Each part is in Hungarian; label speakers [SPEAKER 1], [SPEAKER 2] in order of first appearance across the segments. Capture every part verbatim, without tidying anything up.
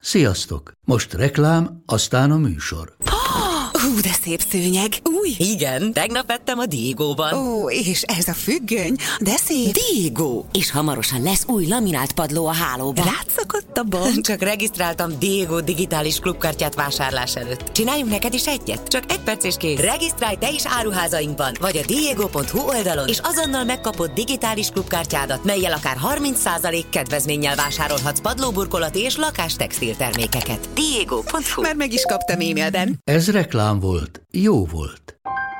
[SPEAKER 1] Sziasztok! Most reklám, aztán a műsor.
[SPEAKER 2] Hú, de szép szőnyeg. Új?
[SPEAKER 3] Igen, tegnap vettem a Diegóban.
[SPEAKER 2] Ó, és ez a függöny, de szép.
[SPEAKER 3] Diegó! És hamarosan lesz új laminált padló a hálóban.
[SPEAKER 2] Rátszakadt a bank.
[SPEAKER 3] Csak regisztráltam Diegó digitális klubkártyát vásárlás előtt. Csináljunk neked is egyet? Csak egy perc és kész. Regisztrálj te is áruházainkban, vagy a diego pont hu oldalon, és azonnal megkapod digitális klubkártyádat, mellyel akár harminc százalék kedvezménnyel vásárolhatsz padlóburkolati és lakástextil termékeket. diego pont hu.
[SPEAKER 2] Már meg is kaptam e-mailben.
[SPEAKER 1] Ez reklám volt, jó volt.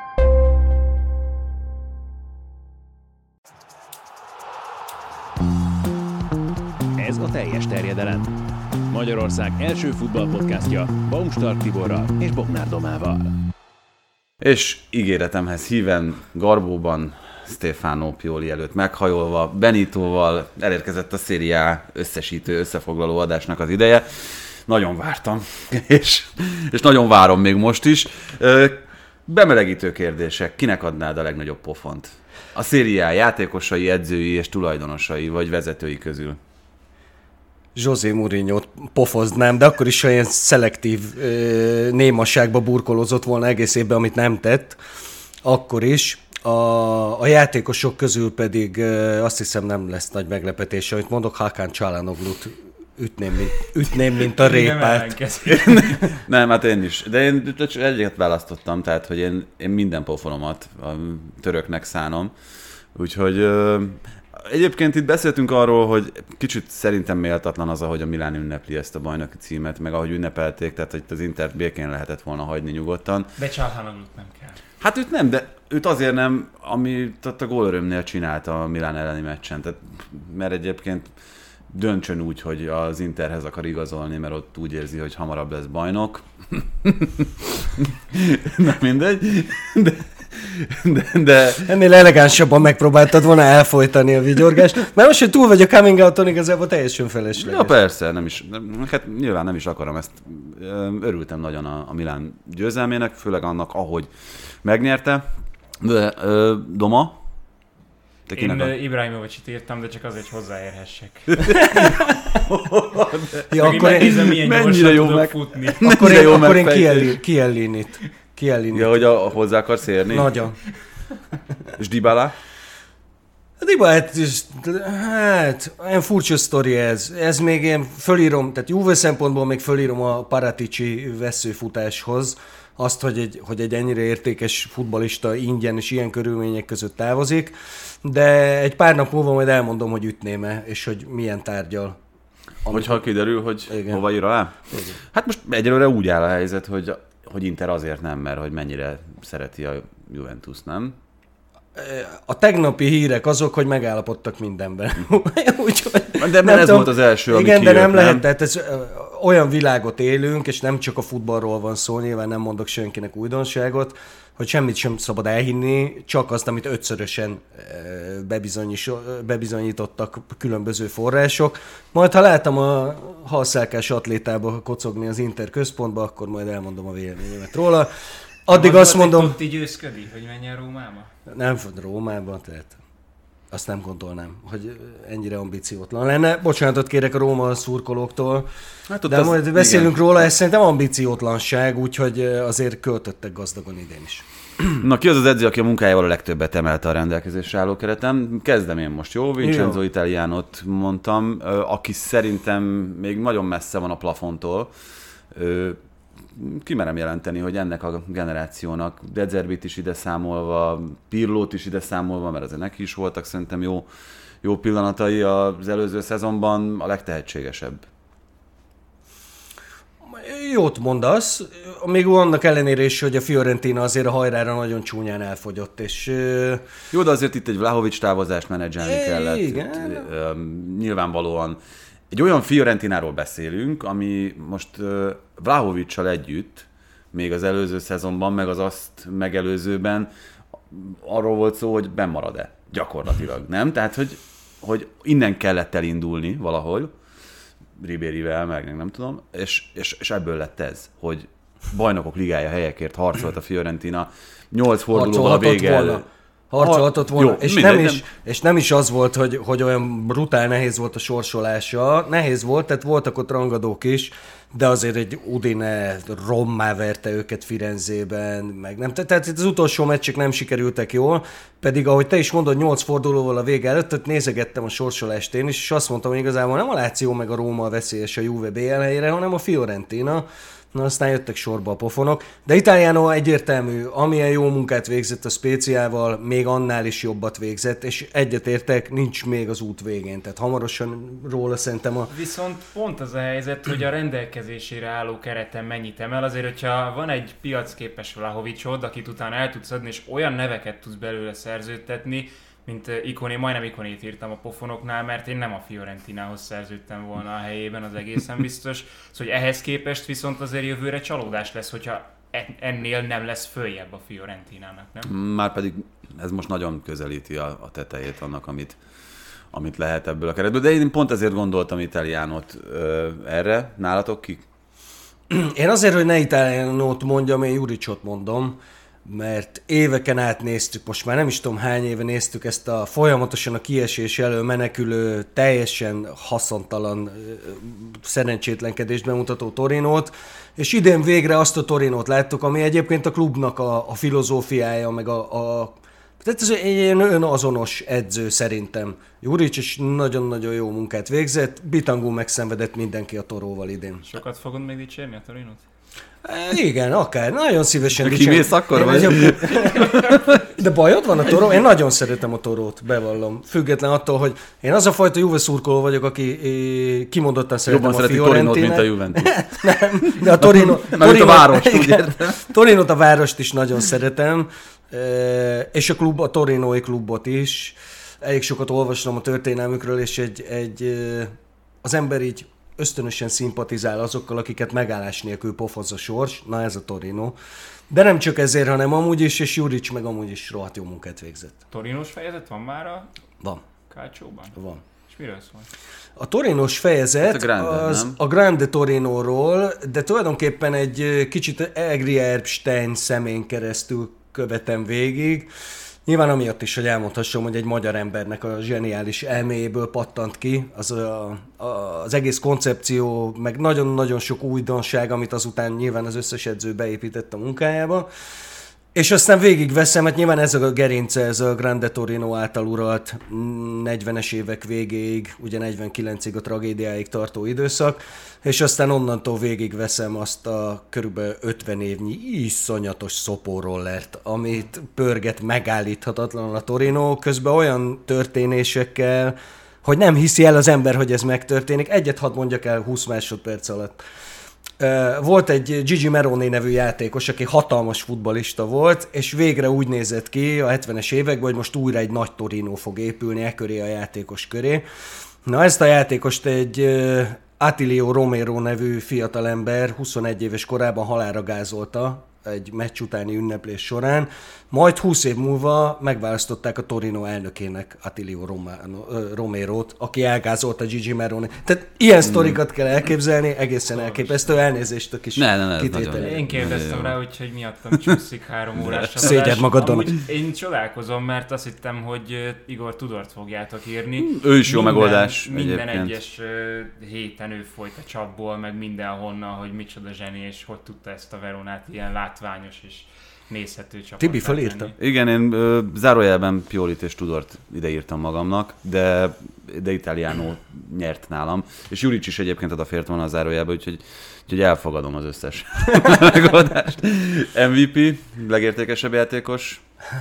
[SPEAKER 4] Ez a teljes terjedelem. Magyarország első futballpodcastja Baumstark Tiborral és Bognár Domával.
[SPEAKER 5] És ígéretemhez híven, Garbóban, Stefano Pioli előtt meghajolva, Benitoval elérkezett a Serie A összesítő, összefoglaló adásnak az ideje. Nagyon vártam, és, és nagyon várom még most is. Bemelegítő kérdések. Kinek adnád a legnagyobb pofont? A Serie A játékosai, edzői és tulajdonosai, vagy vezetői közül?
[SPEAKER 6] José Mourinho-t pofoznám, de akkor is olyan szelektív ö, némaságba burkolózott volna egész évben, amit nem tett. Akkor is. A, a játékosok közül pedig ö, azt hiszem nem lesz nagy meglepetés, amit mondok, Hakan Çalhanoğlu't ütném, mint, ütném, mint a répát.
[SPEAKER 5] Nem, hát én is. De én egyet választottam, tehát, hogy én, én minden pofonomat a töröknek szánom. Úgyhogy ö, egyébként itt beszéltünk arról, hogy kicsit szerintem méltatlan az, ahogy a Milán ünnepli ezt a bajnoki címet, meg ahogy ünnepelték, tehát hogy az Intert békén lehetett volna hagyni nyugodtan.
[SPEAKER 7] De Çalhanoğlu't nem kell.
[SPEAKER 5] Hát őt nem, de őt azért nem, amit a gólörömnél csinálta a Milán elleni meccsen. Tehát, mert egyébként döntsön úgy, hogy az Interhez akar igazolni, mert ott úgy érzi, hogy hamarabb lesz bajnok. Na mindegy. De, de, de...
[SPEAKER 6] Ennél elegánsabban megpróbáltad volna elfolytani a vigyorgást, mert most, hogy túl vagy a coming out-on, igazából teljesen felesleges.
[SPEAKER 5] Ja persze, nem is, hát nyilván nem is akarom ezt. Örültem nagyon a, a Milán győzelmének, főleg annak, ahogy megnyerte. De, ö, Doma?
[SPEAKER 7] Te Én a... Ibrahimovic-it írtam, de csak azért, hogy hozzáérhessek.
[SPEAKER 6] Ja, akkor én
[SPEAKER 7] nézem, milyen
[SPEAKER 5] mennyire jó meg...
[SPEAKER 7] futni.
[SPEAKER 6] Akkor én, akkor én Chiellinit. Chiellinit.
[SPEAKER 5] Ja, hogy a, hozzá akarsz érni?
[SPEAKER 6] Nagyon.
[SPEAKER 5] És Dybala?
[SPEAKER 6] Dybala, hát, hát olyan furcsa sztori ez. Ez még én fölírom, tehát Juve szempontból még fölírom a Paratici veszőfutáshoz, azt, hogy egy, hogy egy ennyire értékes futballista ingyen és ilyen körülmények között távozik, de egy pár nap múlva majd elmondom, hogy ütném-e, és hogy milyen tárgyal.
[SPEAKER 5] Hogyha kiderül, hogy
[SPEAKER 6] igen.
[SPEAKER 5] Hova ír alá? Igen. Hát most egyelőre úgy áll a helyzet, hogy, hogy Inter azért nem, mert hogy mennyire szereti a Juventus, nem?
[SPEAKER 6] A tegnapi hírek azok, hogy megállapodtak mindenben. Úgyhogy,
[SPEAKER 5] de mert ez tudom, volt az első, ami
[SPEAKER 6] igen,
[SPEAKER 5] kijött,
[SPEAKER 6] de nem, nem lehet,
[SPEAKER 5] nem?
[SPEAKER 6] tehát ez, olyan világot élünk, és nem csak a futballról van szó, nyilván nem mondok senkinek újdonságot, hogy semmit sem szabad elhinni, csak azt, amit ötszörösen bebizonyítottak különböző források. Majd, ha látom a halszálkás atlétába kocogni az Inter központba, akkor majd elmondom a véleményemet róla. Addig
[SPEAKER 7] most
[SPEAKER 6] azt mondom...
[SPEAKER 7] Totti győzködik, hogy menjen Rómába?
[SPEAKER 6] Nem, Rómába, tehát azt nem gondolnám, hogy ennyire ambiciótlan lenne. Bocsánatot kérek a Róma szurkolóktól, hát de majd beszélünk igen. róla, ez szerintem ambiciótlanság, úgyhogy azért költöttek gazdagon idén is.
[SPEAKER 5] Na, ki az az edző, aki a munkájával a legtöbbet emelte a rendelkezésre álló keretem? Kezdem én most, jó? Vincenzo jó. Italianot mondtam, aki szerintem még nagyon messze van a plafontól. Kimerem jelenteni, hogy ennek a generációnak, De Zerbit is ide számolva, Pirlót is ide számolva, mert azért neki is voltak szerintem jó, jó pillanatai az előző szezonban, a legtehetségesebb.
[SPEAKER 6] Jót mondasz, még annak ellenére is, hogy a Fiorentina azért a hajrára nagyon csúnyán elfogyott, és...
[SPEAKER 5] Jó, de azért itt egy Vlahovic távozást menedzselni kellett.
[SPEAKER 6] Igen.
[SPEAKER 5] Itt, nyilvánvalóan egy olyan Fiorentináról beszélünk, ami most uh, Vlahovic-sal együtt, még az előző szezonban, meg az azt megelőzőben arról volt szó, hogy benn marad-e. Gyakorlatilag, nem? Tehát, hogy, hogy innen kellett elindulni valahol, Ribérivel, meg nem tudom, és, és, és ebből lett ez, hogy bajnokok ligája helyekért harcolt a Fiorentina, nyolc fordulóval a vége.
[SPEAKER 6] harcolhatott volna.
[SPEAKER 5] Jó,
[SPEAKER 6] és,
[SPEAKER 5] mindegy,
[SPEAKER 6] nem is,
[SPEAKER 5] nem...
[SPEAKER 6] és nem is az volt, hogy, hogy olyan brutál nehéz volt a sorsolása. Nehéz volt, tehát voltak ott rangadók is, de azért egy Udine rommá verte őket Firenzében, meg nem. Tehát az utolsó meccsek nem sikerültek jól, pedig ahogy te is mondod, nyolc fordulóval a vége előtt, tehát nézegettem a sorsolást én is, és azt mondtam, hogy igazából nem a Lazio meg a Róma a veszélyes a Juve bé el helyére, hanem a Fiorentina. Na, aztán jöttek sorba a pofonok. De Italiano egyértelmű, amilyen jó munkát végzett a Spéciával, még annál is jobbat végzett, és egyetértek, nincs még az út végén. Tehát hamarosan róla szerintem a...
[SPEAKER 7] Viszont pont az a helyzet, hogy a rendelkezésére álló kereten mennyit emel. Azért, hogyha van egy piacképes Vlahovicsod, akit utána el tudsz adni, és olyan neveket tudsz belőle szerződtetni, mint Ikoné, majdnem Ikonét írtam a pofonoknál, mert én nem a Fiorentinához szerződtem volna a helyében, az egészen biztos. Szóval hogy ehhez képest viszont azért jövőre csalódás lesz, hogyha ennél nem lesz följebb a Fiorentinának, nem?
[SPEAKER 5] Márpedig ez most nagyon közelíti a, a tetejét annak, amit, amit lehet ebből a keretből. De én pont ezért gondoltam Italiánot ö, erre. Nálatok ki?
[SPEAKER 6] Én azért, hogy ne Italiánot mondjam, én Juricsot mondom, mert éveken át néztük, most már nem is tudom hány éve néztük ezt a folyamatosan a kiesés elől menekülő, teljesen haszontalan szerencsétlenkedést bemutató Torinót, és idén végre azt a Torinót láttuk, ami egyébként a klubnak a, a filozófiája, meg a, a tehát ez egy ilyen önazonos edző szerintem. Jurics is nagyon-nagyon jó munkát végzett, Bitangú megszenvedett mindenki a Toróval idén.
[SPEAKER 7] Sokat fogod még dicsérni a Torinót?
[SPEAKER 6] Igen, akár. Nagyon szívesen
[SPEAKER 5] dicsérni. Kimész akkor? Vagy?
[SPEAKER 6] Nagyon... De bajod van a Toró? Én nagyon szeretem a Torót, bevallom. Független attól, hogy én az a fajta Juve szurkoló vagyok, aki kimondottan szeretem
[SPEAKER 5] jobban
[SPEAKER 6] a Fiorentinát.
[SPEAKER 5] Torinót, mint a Juventus.
[SPEAKER 6] Nem, de a Torino...
[SPEAKER 5] Torino a várost, ugye?
[SPEAKER 6] Torinót, a várost is nagyon szeretem, és a klub, a torinói klubot is. Elég sokat olvastam a történelmükről, és egy, egy az ember így ösztönösen szimpatizál azokkal, akiket megállás nélkül pofoz a sors. Na, ez a Torino. De nem csak ezért, hanem amúgy is, és Juric meg amúgy is rohadt jó munkát végzett.
[SPEAKER 7] Torinós fejezet van már a
[SPEAKER 6] Van.
[SPEAKER 7] Calcióban?
[SPEAKER 6] Van.
[SPEAKER 7] És miről szól?
[SPEAKER 6] A torinós fejezet
[SPEAKER 5] hát a Grande,
[SPEAKER 6] az
[SPEAKER 5] nem?
[SPEAKER 6] a Grande Torinóról, de tulajdonképpen egy kicsit Egri Erbstein szemén keresztül követem végig. Nyilván amiatt is, hogy elmondhassam, hogy egy magyar embernek a zseniális elméjéből pattant ki az, a, a, az egész koncepció, meg nagyon-nagyon sok újdonság, amit azután nyilván az összes edző beépített a munkájába. És aztán végigveszem, hát nyilván ez a gerince, ez a Grande Torino által uralt negyvenes évek végéig, ugye negyvenkilencig a tragédiáig tartó időszak, és aztán onnantól végigveszem azt a körülbelül ötven évnyi iszonyatos szopórollert, amit pörget megállíthatatlanul a Torino, közben olyan történésekkel, hogy nem hiszi el az ember, hogy ez megtörténik. Egyet hadd mondjak el húsz másodperc alatt. Volt egy Gigi Meroni nevű játékos, aki hatalmas futballista volt, és végre úgy nézett ki a hetvenes években, hogy most újra egy nagy Torino fog épülni e köré a játékos köré. Na, ezt a játékost egy Attilio Romero nevű fiatalember huszonegy éves korában halálra gázolta egy meccs utáni ünneplés során, majd húsz év múlva megválasztották a Torino elnökének Attilio Romerót, aki elgázolta Gigi Meroni. Tehát ilyen mm. sztorikat kell elképzelni, egészen elképesztő, elnézést a kis
[SPEAKER 5] ne, ne, ne,
[SPEAKER 6] kitételé.
[SPEAKER 7] Én kérdeztem rá, úgyhogy miattam csúszik három órás adás.
[SPEAKER 6] Szégyed magadon.
[SPEAKER 7] Én csodálkozom, mert azt hittem, hogy Igor Tudort fogjátok írni.
[SPEAKER 5] Ő is jó
[SPEAKER 7] minden,
[SPEAKER 5] megoldás.
[SPEAKER 7] Minden
[SPEAKER 5] egyébként.
[SPEAKER 7] egyes héten ő folyt a csapból, meg mindenhonnan, hogy micsoda zseni, és hogy tudta ezt a Veronát ilyen látványos és nézhető csapat.
[SPEAKER 6] Tibi felírta?
[SPEAKER 5] Igen, én ö, zárójelben Piolit és Tudort ideírtam magamnak, de, de Italiano nyert nálam. És Juric is egyébként odafért volna a zárójelbe, úgyhogy, úgyhogy elfogadom az összes megoldást. em vé pé, legértékesebb játékos.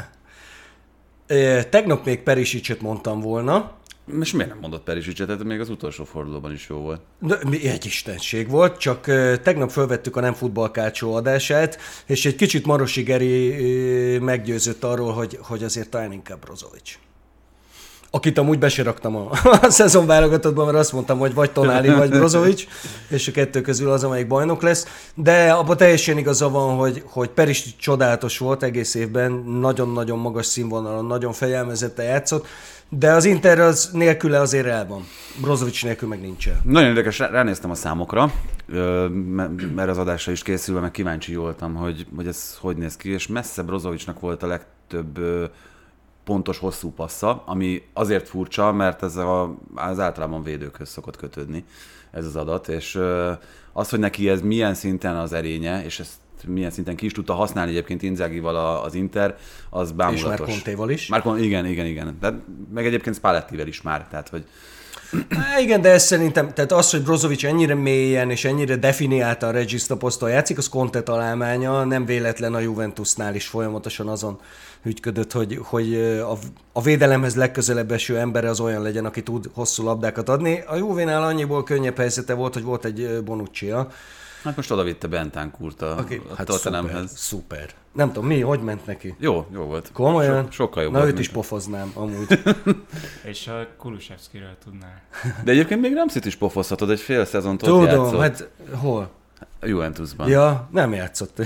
[SPEAKER 6] Tegnap még Perisicet mondtam volna.
[SPEAKER 5] És miért nem mondott Perisicet? Tehát még az utolsó fordulóban is jó volt.
[SPEAKER 6] De egy istenség volt, csak uh, tegnap felvettük a Nem Futball Calcio adását, és egy kicsit Marosi Geri uh, meggyőzött arról, hogy, hogy azért talán inkább Brozovic. Akit amúgy be se raktam a, a szezon válogatottban, mert azt mondtam, hogy vagy Tonali, vagy Brozovic, és a kettő közül az, amelyik bajnok lesz. De abban teljesen igaza van, hogy, hogy Perisic csodálatos volt egész évben, nagyon-nagyon magas színvonalon, nagyon fegyelmezetten játszott, de az Inter az nélküle azért el van. Brozovic nélkül meg nincs el.
[SPEAKER 5] Nagyon érdekes, ránéztem a számokra, mert az adásra is készülve, meg kíváncsi voltam, hogy, hogy ez hogy néz ki, és messze Brozovicnak volt a legtöbb pontos, hosszú passza, ami azért furcsa, mert ez a, az általában védőkhöz szokott kötődni ez az adat, és az, hogy neki ez milyen szinten az erénye, és ezt milyen szinten ki is tudta használni egyébként Inzaghival az Inter, az bámulatos.
[SPEAKER 6] És már Contéval is.
[SPEAKER 5] Már, igen, igen, igen. De meg egyébként Spallettivel is már, tehát hogy...
[SPEAKER 6] Há, igen, de ez szerintem, tehát az, hogy Brozovic ennyire mélyen és ennyire definiáltan regista poszton játszik, az Conte találmánya, nem véletlen a Juventusnál is folyamatosan azon ügyködött, hogy, hogy a, a védelemhez legközelebb eső embere az olyan legyen, aki tud hosszú labdákat adni. A Juvénál annyiból könnyebb helyzete volt, hogy volt egy Bonucci-ja.
[SPEAKER 5] Hát most oda vitte Bentancurt a, okay, a hát Tottenhamhez.
[SPEAKER 6] Szuper, szuper. Nem tudom, mi, hogy ment neki?
[SPEAKER 5] Jó, jó volt.
[SPEAKER 6] Komolyan?
[SPEAKER 5] So, sokkal jobb
[SPEAKER 6] Na
[SPEAKER 5] volt.
[SPEAKER 6] őt is pofoznám, amúgy.
[SPEAKER 7] És a Kulusevskiről tudnál.
[SPEAKER 5] De egyébként még Ramsit is pofozhatod, egy fél szezont ott
[SPEAKER 6] Tudom,
[SPEAKER 5] játszott.
[SPEAKER 6] hát hol?
[SPEAKER 5] A Juventusban.
[SPEAKER 6] Ja, nem játszott.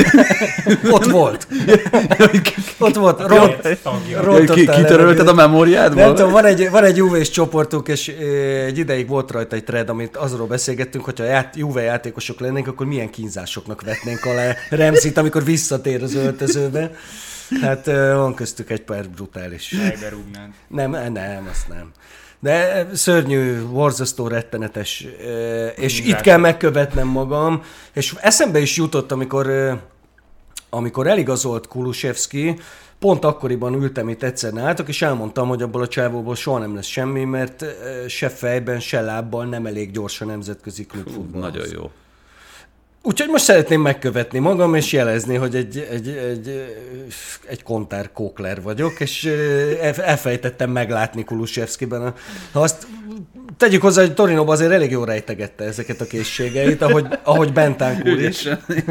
[SPEAKER 6] Ott volt. Ott volt. Ront,
[SPEAKER 5] ja, ki, kitörölted a memóriádból?
[SPEAKER 6] Nem tudom, van egy, van egy Juve-s csoportunk, és egy ideig volt rajta egy thread, amit azról beszélgettünk, hogyha ját, Juve játékosok lennénk, akkor milyen kínzásoknak vetnénk alá Ramsit, amikor visszatér az öltözőbe. Hát van köztük egy pár brutális.
[SPEAKER 7] Fejberúgnád.
[SPEAKER 6] Nem, nem, azt nem. De szörnyű, borzasztó, rettenetes, és itt kell megkövetnem magam, és eszembe is jutott, amikor, amikor eligazolt Kulusevski, pont akkoriban ültem itt egyszer nálatok, és elmondtam, hogy abból a csávóból soha nem lesz semmi, mert se fejben, se lábbal nem elég gyors a nemzetközi klubfutballhoz.
[SPEAKER 5] Nagyon jó.
[SPEAKER 6] Úgyhogy most szeretném megkövetni magam, és jelezni, hogy egy, egy, egy, egy kontár kókler vagyok, és elfelejtettem meglátni Kulusevskiben. Ha azt tegyük hozzá, hogy Torinóban azért elég jól rejtegette ezeket a készségeit, ahogy, ahogy Bentancur is.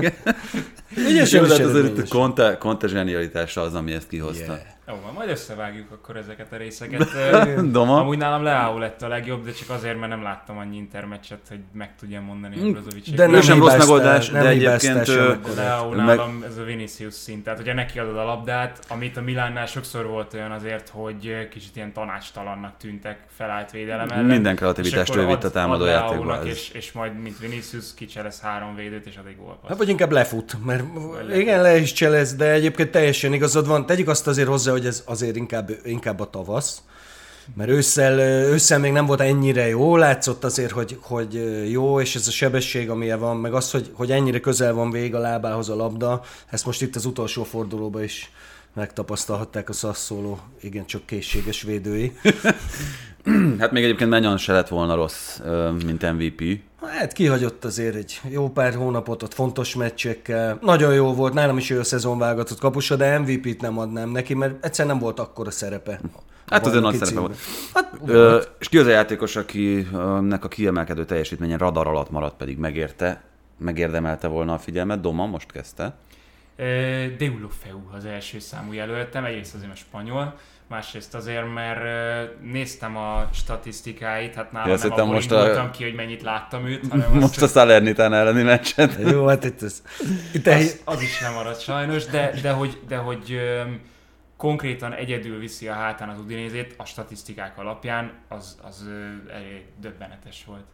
[SPEAKER 5] Ügyesen, de azért a Conte, Conte zsenialitása az, ami ezt hihozta. Yeah.
[SPEAKER 7] Jó, majd összevágjuk akkor ezeket a részeket.
[SPEAKER 5] Doma.
[SPEAKER 7] Amúgy nálam Leao lett a legjobb, de csak azért, mert nem láttam annyi intermeccset, hogy meg tudjam mondani a Brozovicsék.
[SPEAKER 6] De nem
[SPEAKER 5] sem rossz megoldás, de egyébként...
[SPEAKER 7] Leao nálam ez a Vinicius szint, tehát hogyha neki adod a labdát, amit a Milánnál sokszor volt olyan azért, hogy kicsit ilyen tanácstalannak tűntek felállt védelem ellen.
[SPEAKER 5] Minden kreativitást ő vitt a támadó játékba.
[SPEAKER 7] És, és majd, mint Vinicius, kicselez három védőt, és addig gólpassz.
[SPEAKER 6] Hát vagy inkább lefut, mert vagy igen, le is cselez, de egyébként teljesen igazad van. Tegyük azt azért hozzá, hogy ez azért inkább, inkább a tavasz, mert ősszel, ősszel még nem volt ennyire jó, látszott azért, hogy, hogy jó, és ez a sebesség, amilyen van, meg az, hogy, hogy ennyire közel van végig a lábához a labda, ezt most itt az utolsó fordulóban is megtapasztalhatták a Sassuolo igencsak készséges védői.
[SPEAKER 5] Hát még egyébként Menyan se lett volna rossz, mint em vé pé.
[SPEAKER 6] Hát kihagyott azért egy jó pár hónapot ott fontos meccsekkel. Nagyon jó volt, nálam is ő a szezonvágatott kapusa, de em vé pét nem adnám neki, mert egyszer nem volt akkora szerepe.
[SPEAKER 5] Hát azért nagy szerepe volt. Hát, Ö, és ki az a játékos, akinek a kiemelkedő teljesítményen radar alatt maradt, pedig megérte, megérdemelte volna a figyelmet? Doma most kezdte.
[SPEAKER 7] Deulofeu az első számú jelöltem, egyrészt azért a spanyol, másrészt azért, mert néztem a statisztikáit, hát nálam nem abból indultam a... ki, hogy mennyit láttam őt, hanem
[SPEAKER 5] most
[SPEAKER 7] azt,
[SPEAKER 5] a Salernitán elleni meccset.
[SPEAKER 6] Jó, hát itt ez... Itt
[SPEAKER 7] az, az is nem maradt sajnos, de, de hogy, de hogy um, konkrétan egyedül viszi a hátán az Udinézét a statisztikák alapján, az, az uh, elég döbbenetes volt.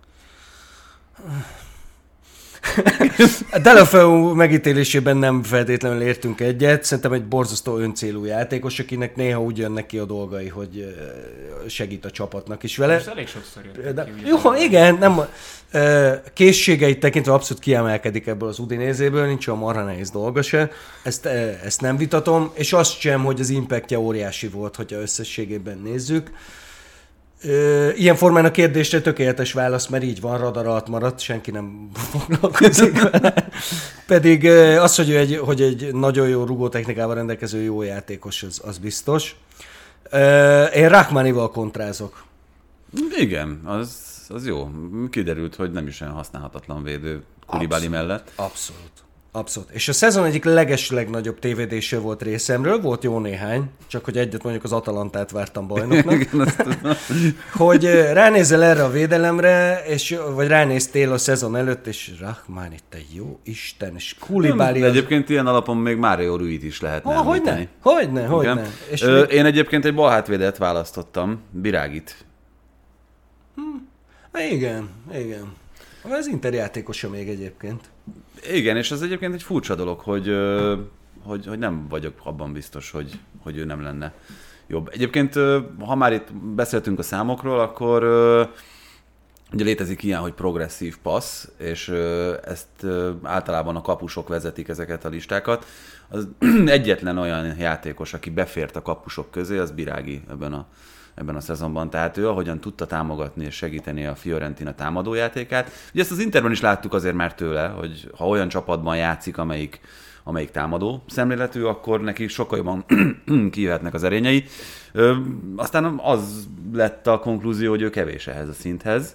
[SPEAKER 6] A Deulofeu megítélésében nem feltétlenül értünk egyet. Szerintem egy borzasztó öncélú játékos, akinek néha úgy jönnek ki a dolgai, hogy segít a csapatnak is vele.
[SPEAKER 7] Most elég sokszor jött
[SPEAKER 6] De,
[SPEAKER 7] ki.
[SPEAKER 6] Jó, igen, nem, készségeit tekintve abszolút kiemelkedik ebből az Udinézéből, nincs olyan marha nehéz dolga se. Ezt, ezt nem vitatom, és azt sem, hogy az impactja óriási volt, hogyha összességében nézzük. Ilyen formán a kérdésre tökéletes válasz, mert így van, radar alatt maradt, senki nem foglalkozik vele. Pedig az, hogy egy, hogy egy nagyon jó rugótechnikával rendelkező jó játékos, az, az biztos. Én Rahmanival kontrázok.
[SPEAKER 5] Igen, az, az jó. Kiderült, hogy nem is olyan használhatatlan védő Koulibaly mellett.
[SPEAKER 6] Abszolút. Abszolút. És a szezon egyik leges legnagyobb tévedése volt részemről, volt jó néhány, csak hogy egyet mondjuk az Atalantát vártam bajnoknak, hogy ránézel erre a védelemre, és, vagy ránéztél a szezon előtt, és Rahmani, te jó Isten, és Koulibaly...
[SPEAKER 5] Az... Egyébként ilyen alapon még Mário Ruit is lehetne
[SPEAKER 6] oh, említeni. Hogyne, hogyne, hogyne. És
[SPEAKER 5] Ö, még... Én egyébként egy balhátvédet választottam, Biragit.
[SPEAKER 6] Hm. Igen, igen. Az Inter játékosa még egyébként.
[SPEAKER 5] Igen, és ez egyébként egy furcsa dolog, hogy, hogy, hogy nem vagyok abban biztos, hogy, hogy ő nem lenne jobb. Egyébként, ha már itt beszéltünk a számokról, akkor ugye létezik ilyen, hogy progresszív passz, és ezt általában a kapusok vezetik ezeket a listákat. Az egyetlen olyan játékos, aki befért a kapusok közé, az Biraghi ebben a, ebben a szezonban. Tehát ő ahogyan tudta támogatni és segíteni a Fiorentina támadójátékát. Ugye ezt az Interben is láttuk azért már tőle, hogy ha olyan csapatban játszik, amelyik, amelyik támadó szemléletű, akkor neki sokkal jobban kijöhetnek az erényei. Ö, aztán az lett a konklúzió, hogy ő kevés ehhez a szinthez.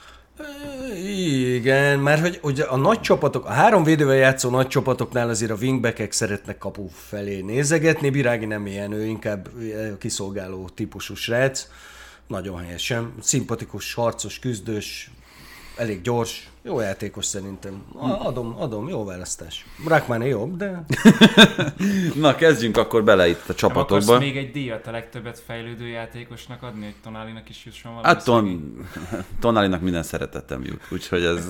[SPEAKER 6] Igen, mert hogy, hogy a nagy csapatok, a három védővel játszó nagy csapatoknál azért a wingbackek szeretnek kapu felé nézegetni, Biraghi nem ilyen, ő inkább kiszolgáló típusú srác, nagyon helyesen, szimpatikus, harcos, küzdős, elég gyors, jó játékos szerintem. Adom, adom, jó választás. Rachmani jobb, de...
[SPEAKER 5] Na, kezdjünk akkor bele itt a csapatokba.
[SPEAKER 7] Nem akarsz még egy díjat a legtöbbet fejlődő játékosnak adni, hogy Tonalinak is jusson valami?
[SPEAKER 5] Hát ton, Tonalinak minden szeretettem jut, úgyhogy ez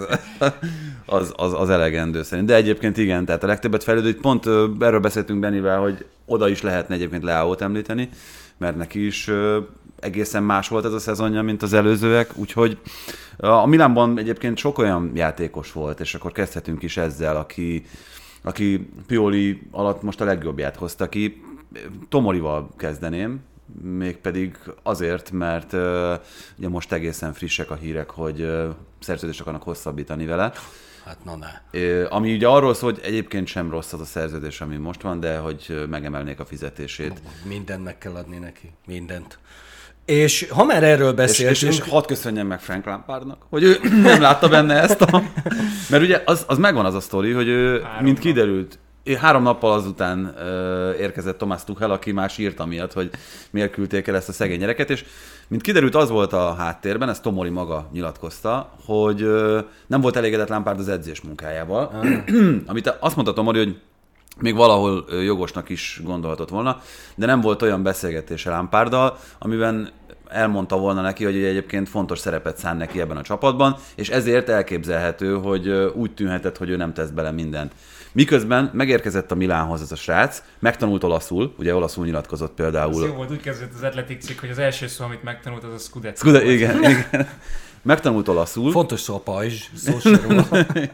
[SPEAKER 5] az, az, az elegendő szerint. De egyébként igen, tehát a legtöbbet fejlődő, pont erről beszéltünk Bennivel, hogy oda is lehetne egyébként Leao-t említeni, mert neki is egészen más volt ez a szezonja, mint az előzőek, úgyhogy a Milánban egyébként sok olyan játékos volt, és akkor kezdhetünk is ezzel, aki, aki Pioli alatt most a legjobbját hozta ki. Tomorival kezdeném, mégpedig azért, mert ugye most egészen frissek a hírek, hogy szerződést akarnak hosszabbítani vele.
[SPEAKER 6] Hát na ne.
[SPEAKER 5] Ami ugye arról szól, hogy egyébként sem rossz az a szerződés, ami most van, de hogy megemelnék a fizetését.
[SPEAKER 6] Mindent meg kell adni neki, mindent. És ha már erről beszéltünk...
[SPEAKER 5] És, és, és hadd köszönjem meg Frank Lampardnak, hogy ő nem látta benne ezt a... Mert ugye az, az megvan az a sztori, hogy ő, három mint kiderült, három nappal azután uh, érkezett Thomas Tuchel, aki már sírt amiatt, hogy miért küldték el ezt a szegény gyereket, és mint kiderült, az volt a háttérben, ezt Tomori maga nyilatkozta, hogy uh, nem volt elégedett Lampard az edzés munkájával, ah. Amit azt mondta Tomori, hogy még valahol jogosnak is gondolhatott volna, de nem volt olyan beszélgetése Lamparddal, amiben elmondta volna neki, hogy egyébként fontos szerepet szán neki ebben a csapatban, és ezért elképzelhető, hogy úgy tűnhetett, hogy ő nem tesz bele mindent. Miközben megérkezett a Milánhoz ez a srác, megtanult olaszul, ugye olaszul nyilatkozott például.
[SPEAKER 7] Ez jó volt, úgy kezdett az Athletic cikk, hogy az első szó, amit megtanult, az a Scudetto.
[SPEAKER 5] Scudetto, igen, igen. Megtanult olaszul.
[SPEAKER 6] Fontos szó a pajzs, szó se róla.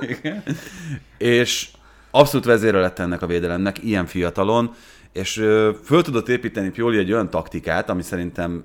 [SPEAKER 5] És abszolút vezére lett ennek a védelemnek, ilyen fiatalon, és föl tudott építeni Pioli egy olyan taktikát, ami szerintem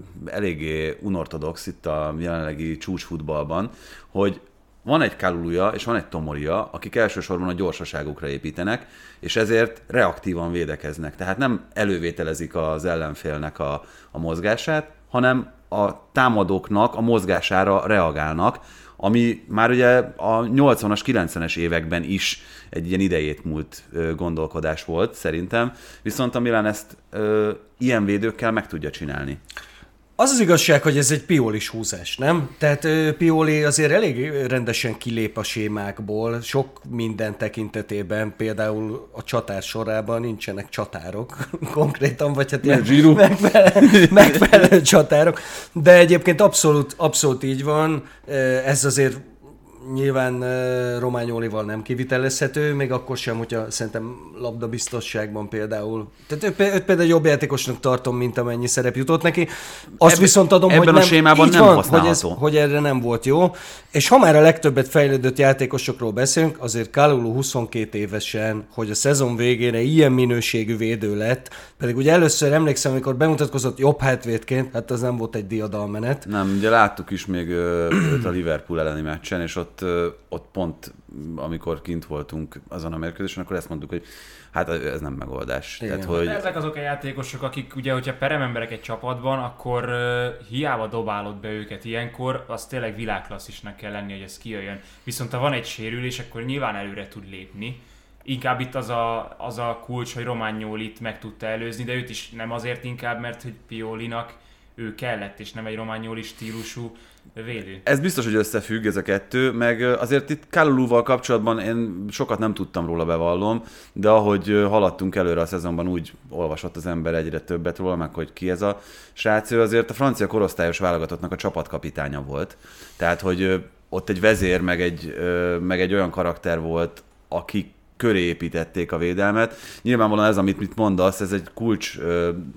[SPEAKER 5] eléggé unortodox itt a jelenlegi csúcsfutballban, hogy van egy Kaluluja és van egy Tomoria, akik elsősorban a gyorsaságukra építenek, és ezért reaktívan védekeznek. Tehát nem elővételezik az ellenfélnek a, a mozgását, hanem a támadóknak a mozgására reagálnak, ami már ugye a nyolcvanas, kilencvenes években is egy ilyen idejét múlt gondolkodás volt szerintem, viszont a Milán ezt ö, ilyen védőkkel meg tudja csinálni.
[SPEAKER 6] Az az igazság, hogy ez egy Piolis húzás, nem? Tehát Pioli azért elég rendesen kilép a sémákból, sok minden tekintetében, például a csatár sorában nincsenek csatárok konkrétan, vagy hát ilyen megfelelő, megfelelő csatárok, de egyébként abszolút, abszolút így van, ez azért nyilván Romagnolival nem kivitelezhető, még akkor sem, hogyha szerintem labdabiztosságban például. Tehát őt például jobb játékosnak tartom, mint amennyi szerep jutott neki. Azt Eb- viszont adom,
[SPEAKER 5] ebben
[SPEAKER 6] hogy
[SPEAKER 5] a
[SPEAKER 6] nem,
[SPEAKER 5] sémában nem
[SPEAKER 6] van,
[SPEAKER 5] használható.
[SPEAKER 6] hogy, ez, hogy erre nem volt jó. És ha már a legtöbbet fejlődött játékosokról beszélünk, azért Kalulu huszonkét évesen, hogy a szezon végére ilyen minőségű védő lett, pedig ugye először emlékszem, amikor bemutatkozott jobb hátvédként, hát az nem volt egy diadalmenet.
[SPEAKER 5] Nem, ugye láttuk is még őt a Liverpool elleni meccsen, és ott ott pont, amikor kint voltunk azon a mérkőzésen, akkor ezt mondtuk, hogy hát ez nem megoldás. Tehát, hogy...
[SPEAKER 7] Ezek azok a játékosok, akik ugye, hogyha perememberek egy csapatban, akkor uh, hiába dobálod be őket ilyenkor, az tényleg világklasszisnak kell lenni, hogy ez kijöjjön. Viszont ha van egy sérülés, akkor nyilván előre tud lépni. Inkább itt az a, az a kulcs, hogy Romagnolit meg tudta előzni, de őt is nem azért inkább, mert hogy Piolinak ő kellett, és nem egy Romagnoli stílusú védő.
[SPEAKER 5] Ez biztos, hogy összefügg ez a kettő, meg azért itt Kaluluval kapcsolatban én sokat nem tudtam róla, bevallom, de ahogy haladtunk előre a szezonban, úgy olvasott az ember egyre többet róla, meg hogy ki ez a srác, ő azért a francia korosztályos válogatottnak a csapatkapitánya volt. Tehát, hogy ott egy vezér, meg egy, meg egy olyan karakter volt, aki köré építették a védelmet. Nyilvánvalóan ez, amit mit mondasz, ez egy kulcs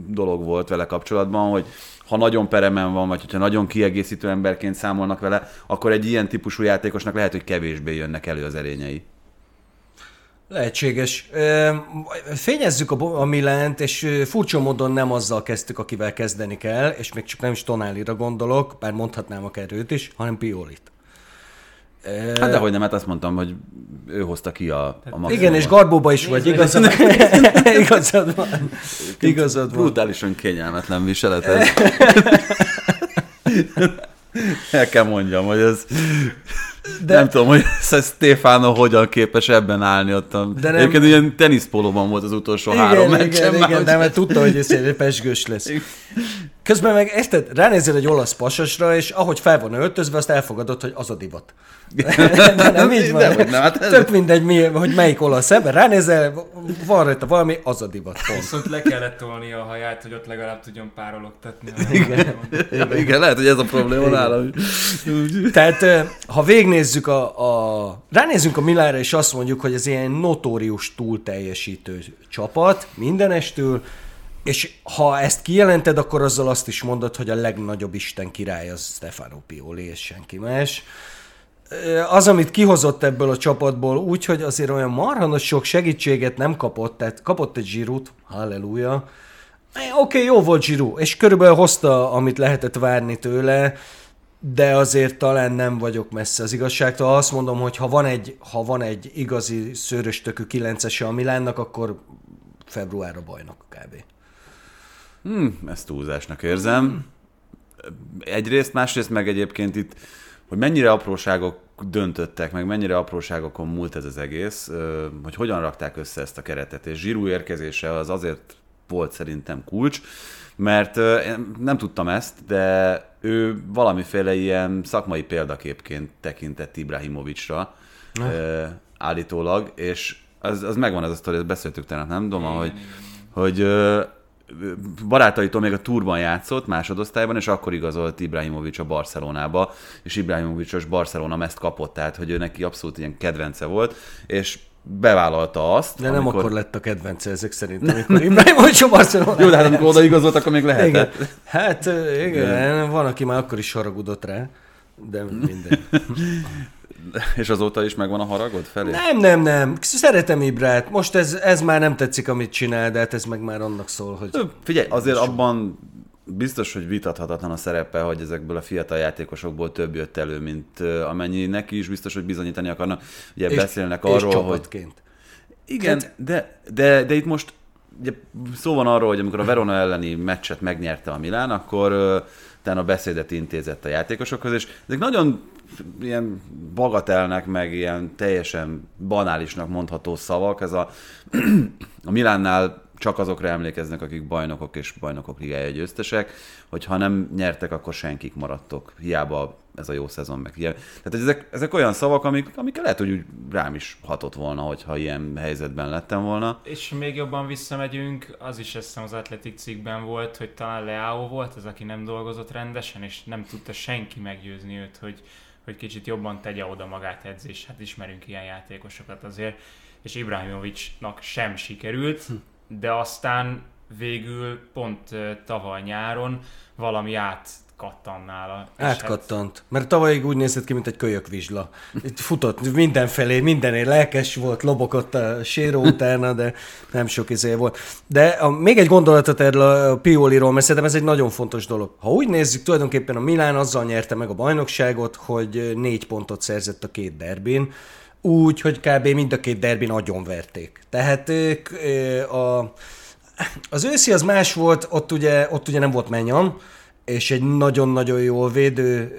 [SPEAKER 5] dolog volt vele kapcsolatban, hogy ha nagyon peremen van, vagy hogyha nagyon kiegészítő emberként számolnak vele, akkor egy ilyen típusú játékosnak lehet, hogy kevésbé jönnek elő az erényei.
[SPEAKER 6] Lehetséges. Fényezzük a, a Milánt, és furcsa módon nem azzal kezdtük, akivel kezdeni kell, és még csak nem is Tonálira gondolok, bár mondhatnám akár őt is, hanem Piolit.
[SPEAKER 5] Hát dehogy nem, hát azt mondtam, hogy ő hozta ki a, a maximumot.
[SPEAKER 6] Igen, és Garbóba is vagy, igazad, igazad van. Igazad van.
[SPEAKER 5] Brutálisan kényelmetlen viselet ez. El kell mondjam, hogy ez... De... Nem tudom, hogy Stefano hogyan képes ebben állni ott. A... De nem... Egyébként ilyen teniszpólóban volt az utolsó igen, három meccsen.
[SPEAKER 6] Igen, igen, de mert tudta, hogy ez egy pesgős lesz. Közben meg érted, ránézél egy olasz pasasra, és ahogy fel van öltözve, azt elfogadod, hogy az a divat. De nem így van. De, nem, hát ez... Tök mindegy, mi, hogy melyik olasz ember. Ránézel, van rajta valami, az a divat. Pont.
[SPEAKER 7] Viszont le kellett tolni a haját, hogy ott legalább tudjon párologtatni.
[SPEAKER 5] Igen. Igen, lehet, hogy ez a probléma nálam.
[SPEAKER 6] Tehát, ha végignézzük a, a... Ránézzünk a Milánra, és azt mondjuk, hogy ez ilyen notórius túlteljesítő csapat mindenestől, és ha ezt kijelented, akkor azzal azt is mondod, hogy a legnagyobb isten király az Stefano Pioli, és senki más. Az, amit kihozott ebből a csapatból úgy, hogy azért olyan marhanos sok segítséget nem kapott, tehát kapott egy Giroud, halleluja. Oké, okay, jó volt Giroud, és körülbelül hozta, amit lehetett várni tőle, de azért talán nem vagyok messze az igazságtól. Ha azt mondom, hogy ha van egy, ha van egy igazi szőröstökű kilencese a Milánnak, akkor februárra bajnok kb.
[SPEAKER 5] Hmm, ezt túlzásnak érzem. Egyrészt, másrészt meg egyébként itt, hogy mennyire apróságok döntöttek, meg mennyire apróságokon múlt ez az egész, hogy hogyan rakták össze ezt a keretet, és Giroud érkezése az azért volt szerintem kulcs, mert én nem tudtam ezt, de ő valamiféle ilyen szakmai példaképként tekintett Ibrahimovicsra állítólag, és az, az megvan ez a sztori, ezt beszéltük tegnap, nem Doma, hogy, hogy barátaitól még a Tourban játszott másodosztályban, és akkor igazolt Ibrahimovics a Barcelonába, és Ibrahimovics Barcelona ezt kapott, tehát hogy ő neki abszolút ilyen kedvence volt, és bevállalta azt.
[SPEAKER 6] De nem amikor... akkor lett a kedvence ezek szerint, amikor Ibrahimovics a Barcelona.
[SPEAKER 5] Jó, de hát amikor oda igazolt, akkor még lehetett.
[SPEAKER 6] Igen. Hát igen, igen, van, aki már akkor is haragudott rá, de minden.
[SPEAKER 5] És azóta is megvan a haragod felé?
[SPEAKER 6] Nem, nem, nem. Szeretem Ibrát. Most ez, ez már nem tetszik, amit csinál, de hát ez meg már annak szól, hogy...
[SPEAKER 5] Figyelj, azért abban biztos, hogy vitathatatlan a szerepe, hogy ezekből a fiatal játékosokból több jött elő, mint amennyi neki is biztos, hogy bizonyítani akarnak. Ugye és, beszélnek és arról,
[SPEAKER 6] csapatként.
[SPEAKER 5] Hogy... Igen, de, de, de itt most ugye, szó van arról, hogy amikor a Verona elleni meccset megnyerte a Milán, akkor utána beszédet intézett a játékosokhoz, és ezek nagyon ilyen bagatelnek, meg ilyen teljesen banálisnak mondható szavak. Ez a, a Milánnál csak azokra emlékeznek, akik bajnokok és bajnokok ligája győztesek, hogy ha nem nyertek, akkor senkik maradtok. Hiába ez a jó szezon meg. Ilyen. Tehát ezek, ezek olyan szavak, amik, amik lehet, hogy úgy rám is hatott volna, hogyha ilyen helyzetben lettem volna.
[SPEAKER 7] És még jobban visszamegyünk, az is azt hiszem az Athletic cikkben volt, hogy talán Leao volt az, aki nem dolgozott rendesen, és nem tudta senki meggyőzni őt, hogy, hogy kicsit jobban tegye oda magát edzés. Hát ismerünk ilyen játékosokat azért, és Ibrahimovicsnak sem sikerült, de aztán végül pont tavaly nyáron valami átkattan nála.
[SPEAKER 6] Átkattant. Hát... Mert tavalyig úgy nézett ki, mint egy kölyökvizsla. Itt futott mindenfelé, mindenért lelkes volt, lobogott a séró utána, de nem sok izé volt. De a, még egy gondolatot erről a Pioliról, mert szerintem ez egy nagyon fontos dolog. Ha úgy nézzük, tulajdonképpen a Milán azzal nyerte meg a bajnokságot, hogy négy pontot szerzett a két derbin, úgy, hogy kb. Mind a két derbin agyonverték. Tehát ők, a, az őszi az más volt, ott ugye, ott ugye nem volt Menyan, és egy nagyon-nagyon jól védő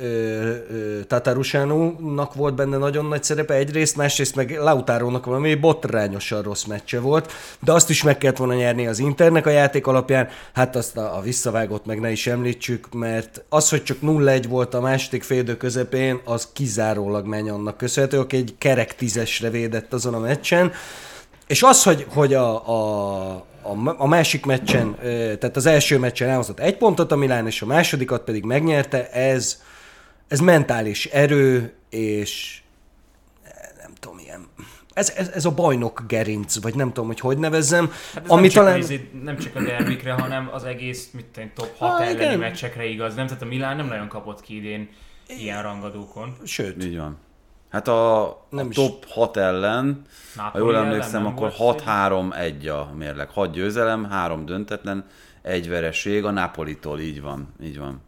[SPEAKER 6] Tatarusánónak volt benne nagyon nagy szerepe egyrészt, másrészt meg Lautarónak valami botrányosan rossz meccse volt, de azt is meg kellett volna nyerni az Internek a játék alapján, hát azt a, a visszavágott meg ne is említsük, mert az, hogy csak nulla egy volt a második félidő közepén, az kizárólag Menyannak köszönhető, aki egy kerek tízesre védett azon a meccsen, és az, hogy, hogy a, a A másik meccsen, tehát az első meccsen elhozott egy pontot a Milán, és a másodikat pedig megnyerte, ez, ez mentális erő, és nem tudom, ilyen... Ez, ez, ez a bajnok gerinc, vagy nem tudom, hogy hogy nevezzem.
[SPEAKER 7] Hát ez
[SPEAKER 6] ami
[SPEAKER 7] nem,
[SPEAKER 6] talán...
[SPEAKER 7] csak, nem csak a derbikre, hanem az egész mit tenni, top hat ah, elleni igen. meccsekre igaz, nem? Tehát a Milán nem nagyon kapott ki idén ilyen rangadókon.
[SPEAKER 6] Sőt.
[SPEAKER 5] Így van. Hát a, a top hat ellen, Napoli ha jól emlékszem, akkor hat három egy a mérleg. hat győzelem, három döntetlen, egy vereség a Napolitól, így van, így van.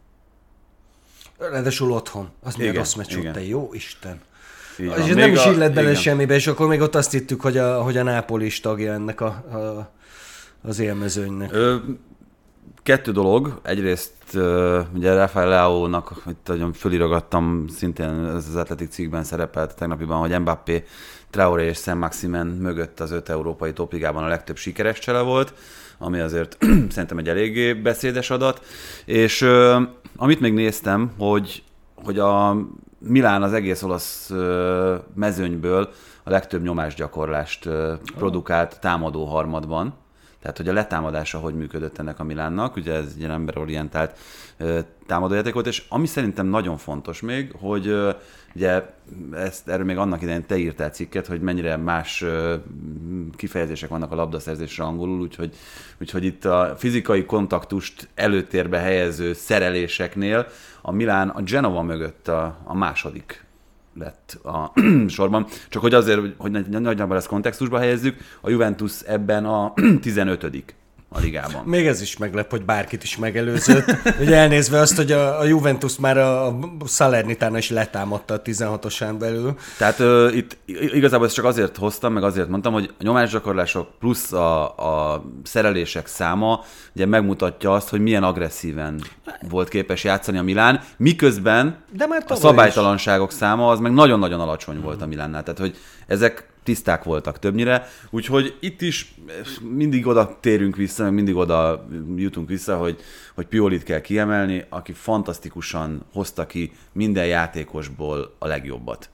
[SPEAKER 6] Ráadásul otthon. Az még rossz meccs volt, te jó Isten. És nem is illet bele semmibe, és akkor még ott azt hittük, hogy a, hogy a Nápoli is tagja ennek a, a, az élmezőnynek. Ö,
[SPEAKER 5] kettő dolog. Egyrészt uh, ugye Rafael Leao-nak, itt nagyon fölirogattam, szintén az Athletic cikkben szerepelt tegnapiban, hogy Mbappé, Traoré és Saint-Maximin mögött az öt európai topligában a legtöbb sikeres csele volt, ami azért szerintem egy eléggé beszédes adat. És uh, amit még néztem, hogy, hogy a Milán az egész olasz uh, mezőnyből a legtöbb nyomásgyakorlást uh, produkált támadó harmadban. Tehát, hogy a letámadása hogy működött ennek a Milánnak, ugye ez egy emberorientált uh, támadójáték volt, és ami szerintem nagyon fontos még, hogy uh, ugye ezt, erről még annak idején te írtál cikket, hogy mennyire más uh, kifejezések vannak a labdaszerzésre angolul, úgyhogy, úgyhogy itt a fizikai kontaktust előtérbe helyező szereléseknél a Milán a Genova mögött a, a második lett a sorban. Csak hogy azért, hogy nagyjából ezt kontextusba helyezzük, a Juventus ebben a tizenötödik a ligában.
[SPEAKER 6] Még ez is meglep, hogy bárkit is megelőzött. Ugye elnézve azt, hogy a, a Juventus már a Salernitana is letámadta a tizenhatosán belül.
[SPEAKER 5] Tehát uh, itt igazából ezt csak azért hoztam, meg azért mondtam, hogy a nyomásgyakorlások plusz a, a szerelések száma ugye megmutatja azt, hogy milyen agresszíven volt képes játszani a Milán, miközben De már a szabálytalanságok is. száma az meg nagyon-nagyon alacsony volt a Milánnál. Tehát, hogy ezek tiszták voltak többnyire, úgyhogy itt is mindig oda térünk vissza, meg mindig oda jutunk vissza, hogy, hogy Piolit kell kiemelni, aki fantasztikusan hozta ki minden játékosból a legjobbat.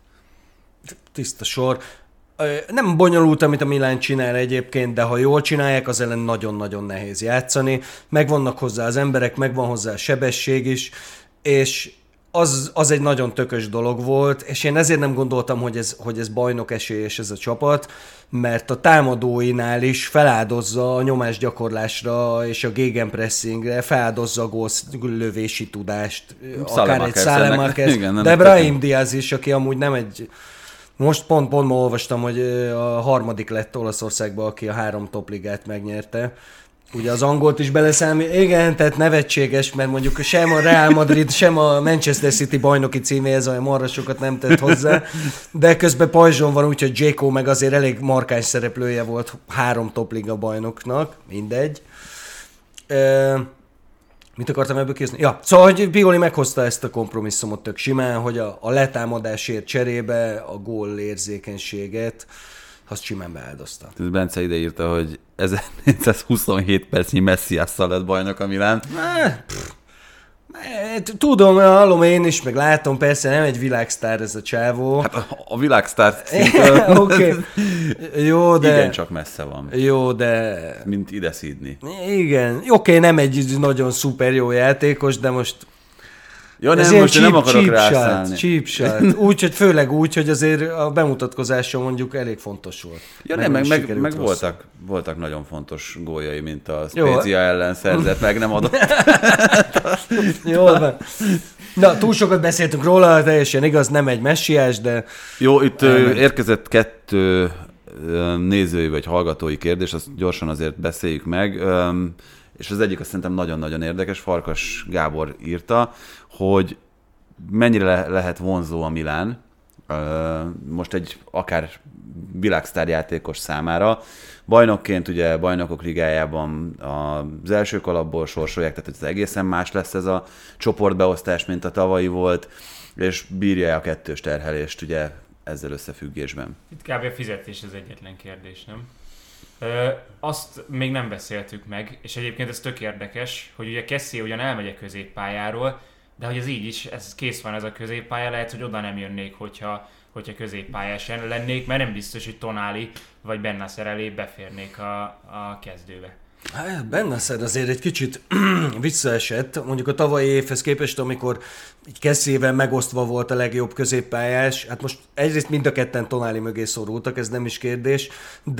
[SPEAKER 6] Tiszta sor. Nem bonyolult, amit a Milán csinál egyébként, de ha jól csinálják, az ellen nagyon-nagyon nehéz játszani. Megvannak hozzá az emberek, megvan hozzá a sebesség is, és Az, az egy nagyon tökös dolog volt, és én ezért nem gondoltam, hogy ez, hogy ez bajnok esélyes ez a csapat, mert a támadóinál is feláldozza a nyomásgyakorlásra és a gegenpressingre, feláldozza a góllövési tudást, akár egy Sálemakers, de Brahim Diaz is, aki amúgy nem egy... Most pont-pont ma olvastam, hogy a harmadik lett Olaszországban, aki a három topligát megnyerte. Ugye az angolt is beleszámít, igen, tehát nevetséges, mert mondjuk sem a Real Madrid, sem a Manchester City bajnoki címéhez olyan marra sokat nem tett hozzá, de közben pajzson van, úgyhogy Dzeko meg azért elég markáns szereplője volt három topliga bajnoknak, mindegy. E, mit akartam ebből kérdezni? Ja, szóval, hogy Pioli meghozta ezt a kompromisszumot tök simán, hogy a, a letámadásért cserébe a gól érzékenységet azt simán beáldozta.
[SPEAKER 5] Bence ide írta, hogy ezernégyszázhuszonhét percnyi Messiasszal lett bajnok a Milán.
[SPEAKER 6] Tudom, hallom én is, meg látom, persze nem egy világsztár ez a csávó.
[SPEAKER 5] Hát a, a világsztár szintől
[SPEAKER 6] okay. Jó, de...
[SPEAKER 5] igen, csak messze van.
[SPEAKER 6] Jó, de...
[SPEAKER 5] Mint ide szídni.
[SPEAKER 6] Igen, oké, okay, nem egy nagyon szuper jó játékos, de most...
[SPEAKER 5] Ja, nem, most cheap, nem akarok rászállni.
[SPEAKER 6] Cheap shot. Úgy, hogy főleg úgy, hogy azért a bemutatkozása mondjuk elég fontos volt.
[SPEAKER 5] Ja, nem, meg, meg, meg voltak, voltak nagyon fontos góljai, mint a Spezia ellen szerzett, meg nem adott.
[SPEAKER 6] Jól van. Na, túl sokat beszéltünk róla, teljesen igaz, nem egy messiás, de...
[SPEAKER 5] Jó, itt elment. Érkezett kettő nézői vagy hallgatói kérdés, azt gyorsan azért beszéljük meg. És az egyik azt szerintem nagyon-nagyon érdekes, Farkas Gábor írta, hogy mennyire le- lehet vonzó a Milán, most egy akár világsztár játékos számára. Bajnokként ugye bajnokok ligájában az első kalapból sorsolják, tehát ez egészen más lesz ez a csoportbeosztás, mint a tavalyi volt, és bírja a kettős terhelést ugye ezzel összefüggésben.
[SPEAKER 7] Itt kb. A fizetés az egyetlen kérdés, nem? Ö, azt még nem beszéltük meg, és egyébként ez tök érdekes, hogy ugye Kessie ugyan elmegy a középpályáról, de hogy ez így is, ez kész van ez a középpálya, lehet, hogy oda nem jönnék, hogyha, hogyha középpályásen lennék, mert nem biztos, hogy Tonali vagy Bennacer elé beférnék a, a kezdőbe.
[SPEAKER 6] Hát Bennacer azért egy kicsit visszaesett, mondjuk a tavalyi évhez képest, amikor így Kessiével megosztva volt a legjobb középpályás, hát most egyrészt mind a ketten Tonali mögé szorultak, ez nem is kérdés,